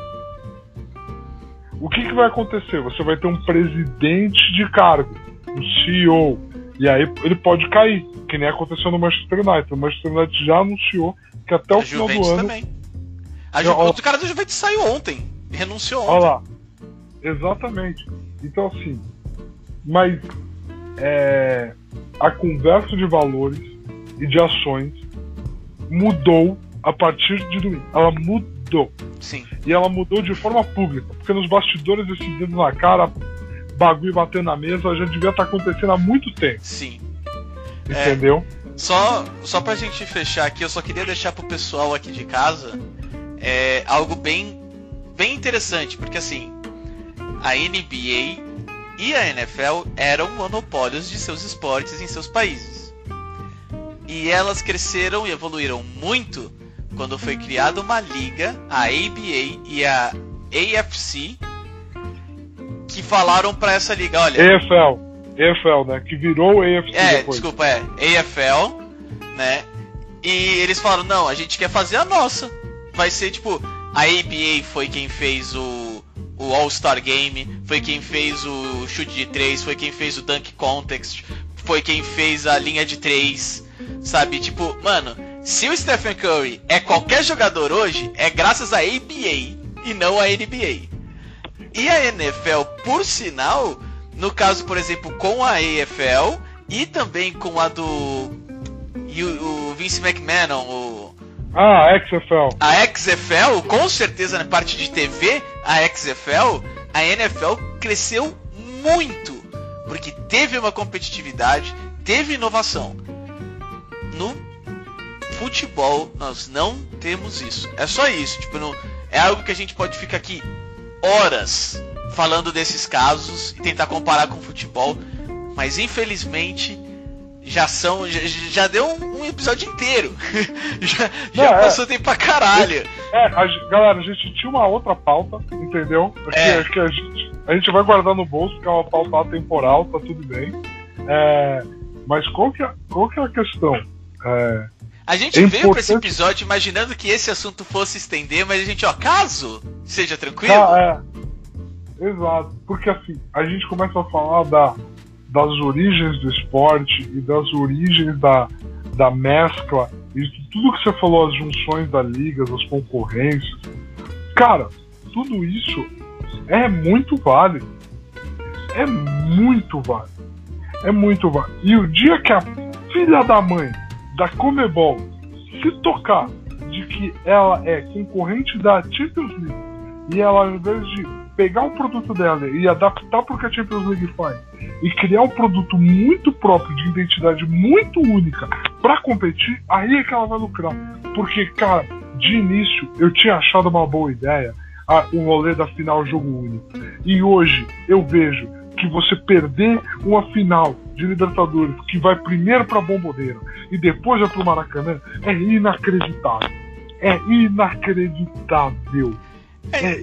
O que, que vai acontecer? Você vai ter um presidente de cargo, um C E O, e aí ele pode cair, que nem aconteceu no Manchester United. O Manchester United já anunciou que até o a final Juventus do ano... também. A Ju... ó, O cara da Juventus saiu ontem, renunciou ontem. Olha lá, exatamente. Então assim, mas é, a conversa de valores e de ações mudou a partir de domingo. Ela mudou. Sim. E ela mudou de forma pública, porque nos bastidores esse dedo na cara, bagulho batendo na mesa, já devia estar acontecendo há muito tempo. Sim. Entendeu? É, só, só pra gente fechar aqui, eu só queria deixar pro pessoal aqui de casa é, algo bem, bem interessante, porque assim, a N B A e a N F L eram monopólios de seus esportes em seus países. E elas cresceram e evoluíram muito quando foi criada uma liga, a A B A e a A F C, que falaram pra essa liga, olha... A F L, A F L, né? Que virou A F C é, depois. desculpa, é, A F L, né? E eles falaram, não, a gente quer fazer a nossa. Vai ser tipo, a A B A foi quem fez o, o All-Star Game, foi quem fez o chute de três, foi quem fez o Dunk Contest, foi quem fez a linha de três, sabe? Tipo, mano, se o Stephen Curry é qualquer jogador hoje, é graças a A B A e não a N B A. E a N F L, por sinal, no caso, por exemplo, com a A F L e também com a do e o, o Vince McMahon, o, Ah, a X F L. a X F L, com certeza na parte de T V, a X F L, a N F L cresceu muito, porque teve uma competitividade, teve inovação. No futebol, nós não temos isso. É só isso, tipo, não, é algo que a gente pode ficar aqui horas falando desses casos e tentar comparar com o futebol, mas infelizmente já são, já, já deu um, um episódio inteiro. já já Não, passou é, tempo pra caralho. É, a, galera, a gente tinha uma outra pauta, entendeu? É. Que, que a, gente, a gente vai guardar no bolso, que é uma pauta atemporal, tá tudo bem. É, mas qual que, é, qual que é a questão? É, a gente é veio importante... pra esse episódio imaginando que esse assunto fosse estender, mas a gente, ó, caso seja tranquilo. Ah, é, exato, porque assim, a gente começa a falar da, das origens do esporte e das origens da, da mescla e de tudo que você falou, as junções da liga, as concorrências. Cara, tudo isso é muito válido. É muito válido. É muito válido. E o dia que a filha da mãe da Conmebol se tocar de que ela é concorrente da Champions League e ela, ao invés de pegar o produto dela e adaptar para o que a Champions League faz e criar um produto muito próprio, de identidade muito única para competir, aí é que ela vai lucrar. Porque, cara, de início eu tinha achado uma boa ideia a, o rolê da final jogo único. E hoje eu vejo que você perder uma final de Libertadores que vai primeiro para Bomboneira e depois vai para o Maracanã é inacreditável. É inacreditável. É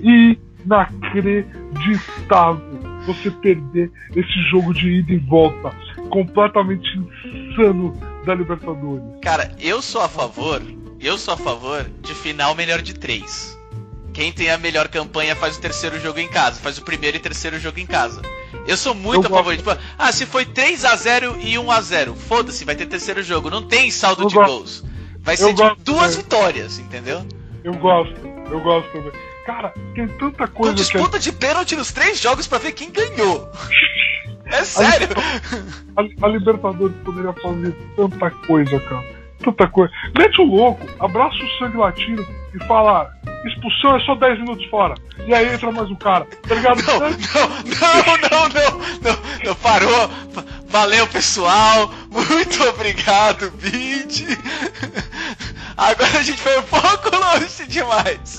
inacreditável você perder esse jogo de ida e volta completamente insano da Libertadores. Cara, eu sou a favor, eu sou a favor de final melhor de três. Quem tem a melhor campanha faz o terceiro jogo em casa, faz o primeiro e terceiro jogo em casa. Eu sou muito eu a favor de, tipo, ah, se foi três a zero e um a zero, foda-se, vai ter terceiro jogo, não tem saldo eu de gosto. gols. Vai ser tipo, duas vitórias, entendeu? Eu gosto, eu gosto também. Cara, tem tanta coisa. Com disputa que... de pênalti nos três jogos pra ver quem ganhou. É sério. A, a Libertadores poderia fazer tanta coisa, cara. Tanta coisa. Mete o louco, abraça o sangue latino e fala: expulsão é só dez minutos fora. E aí entra mais um cara. Tá ligado? Não, não, não, não, não, não, não, parou. Valeu, pessoal. Muito obrigado, Bid. Agora a gente foi um pouco longe demais.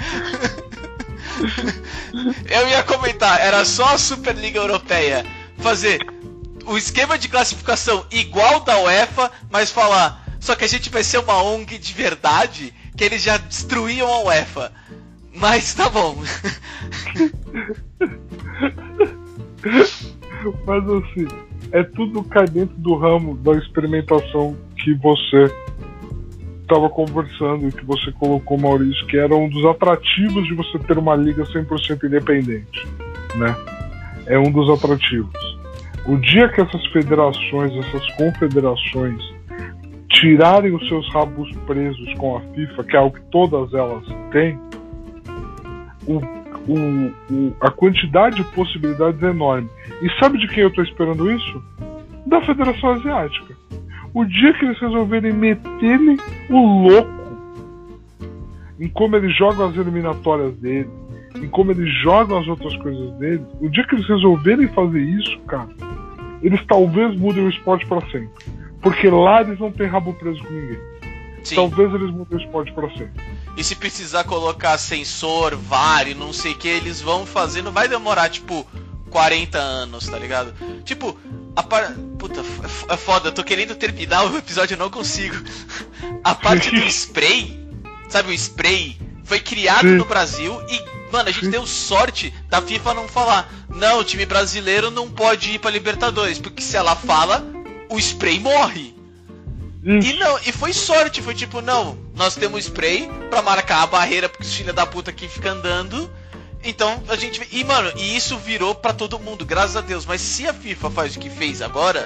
Eu ia comentar, era só a Superliga Europeia fazer o esquema de classificação igual da UEFA, mas falar, só que a gente vai ser uma O N G de verdade, que eles já destruíam a UEFA. Mas tá bom. Mas assim, é tudo cai dentro do ramo da experimentação que você estava conversando e que você colocou, Maurício, que era um dos atrativos de você ter uma liga cem por cento independente, né? É um dos atrativos. O dia que essas federações, essas confederações tirarem os seus rabos presos com a FIFA, que é algo que todas elas têm, o, o, o, a quantidade de possibilidades é enorme. E sabe de quem eu estou esperando isso? Da Federação Asiática. O dia que eles resolverem meterem o louco em como eles jogam as eliminatórias deles, em como eles jogam as outras coisas deles, o dia que eles resolverem fazer isso, cara, eles talvez mudem o esporte pra sempre. Porque lá eles não têm rabo preso com ninguém. Sim. Talvez eles mudem o esporte pra sempre. E se precisar colocar sensor, V A R e não sei o que, eles vão fazer, não vai demorar, tipo, quarenta anos, tá ligado? Tipo, a par... Puta, é foda, eu tô querendo terminar o episódio e não consigo. A parte do spray, sabe, o spray foi criado Sim. no Brasil e, mano, a gente Sim. deu sorte da FIFA não falar, não, o time brasileiro não pode ir pra Libertadores, porque se ela fala, o spray morre. Isso. E não, e foi sorte, foi tipo, não, nós temos spray pra marcar a barreira porque os filha da puta aqui ficam andando. Então a gente. E mano, e isso virou pra todo mundo, graças a Deus. Mas se a FIFA faz o que fez agora,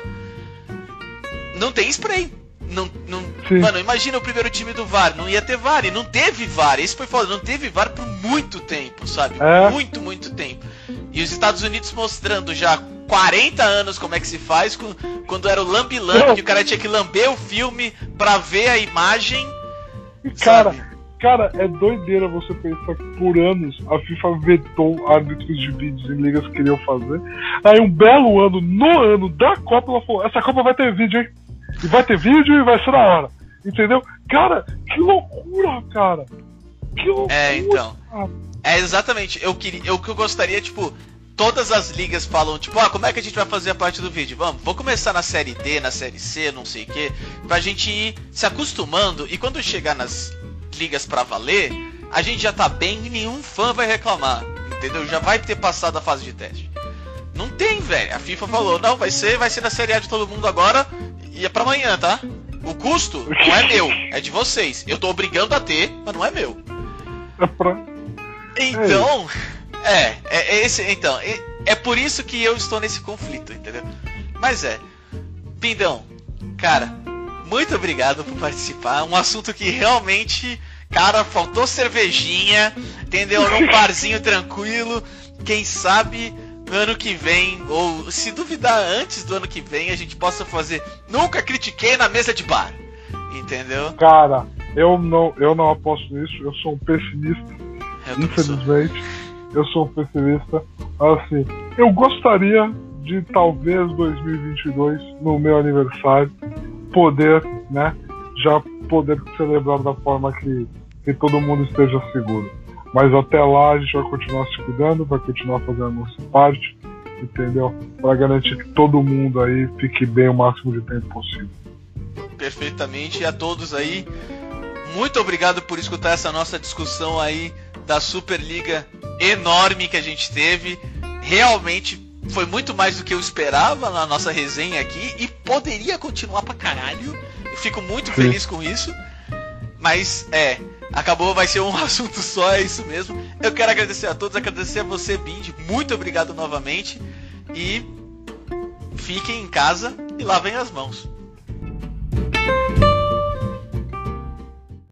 não tem spray. Não, não, mano, imagina o primeiro time do V A R, não ia ter V A R, e não teve V A R, isso foi foda, não teve V A R por muito tempo, sabe? É. Muito, muito tempo. E os Estados Unidos mostrando já quarenta anos como é que se faz, quando era o lambi-lambi, que o cara tinha que lamber o filme pra ver a imagem. Cara, sabe? Cara, é doideira você pensar que por anos a FIFA vetou árbitros de vídeos em ligas que queriam fazer. Aí um belo ano, no ano da Copa, ela falou, essa Copa vai ter vídeo, hein? E vai ter vídeo e vai ser na hora. Entendeu? Cara, que loucura, cara. Que loucura. É, então. Cara. É exatamente. Eu queria, eu que eu gostaria, tipo, todas as ligas falam, tipo, ah, como é que a gente vai fazer a parte do vídeo? Vamos, vou começar na série D, na série C, não sei o que, pra gente ir se acostumando e quando chegar nas ligas pra valer, a gente já tá bem e nenhum fã vai reclamar, entendeu? Já vai ter passado a fase de teste. Não tem, velho. A FIFA falou, não, vai ser, vai ser da Série A de todo mundo agora e é pra amanhã, tá? O custo não é meu, é de vocês. Eu tô obrigando a ter, mas não é meu. É pra... Então, é, é, é esse, então, é, é por isso que eu estou nesse conflito, entendeu? Mas é, Pindão, cara, muito obrigado por participar. Um assunto que realmente, cara, faltou cervejinha, entendeu? Num barzinho tranquilo. Quem sabe no ano que vem, ou se duvidar antes do ano que vem, a gente possa fazer Nunca Critiquei na mesa de bar, entendeu? Cara, eu não, eu não aposto nisso, eu sou um pessimista, Eu infelizmente. Eu sou um pessimista. Assim, eu gostaria de talvez dois mil e vinte e dois, no meu aniversário, poder, né, já poder celebrar da forma que, que todo mundo esteja seguro. Mas até lá a gente vai continuar se cuidando, vai continuar fazendo a nossa parte, entendeu? Para garantir que todo mundo aí fique bem o máximo de tempo possível. Perfeitamente. E a todos aí, muito obrigado por escutar essa nossa discussão aí da Superliga enorme que a gente teve. Realmente foi muito mais do que eu esperava na nossa resenha aqui e poderia continuar pra caralho. Eu fico muito Sim. feliz com isso. Mas é, acabou, vai ser um assunto só, é isso mesmo. Eu quero agradecer a todos, agradecer a você, Bindi. Muito obrigado novamente. E fiquem em casa e lavem as mãos.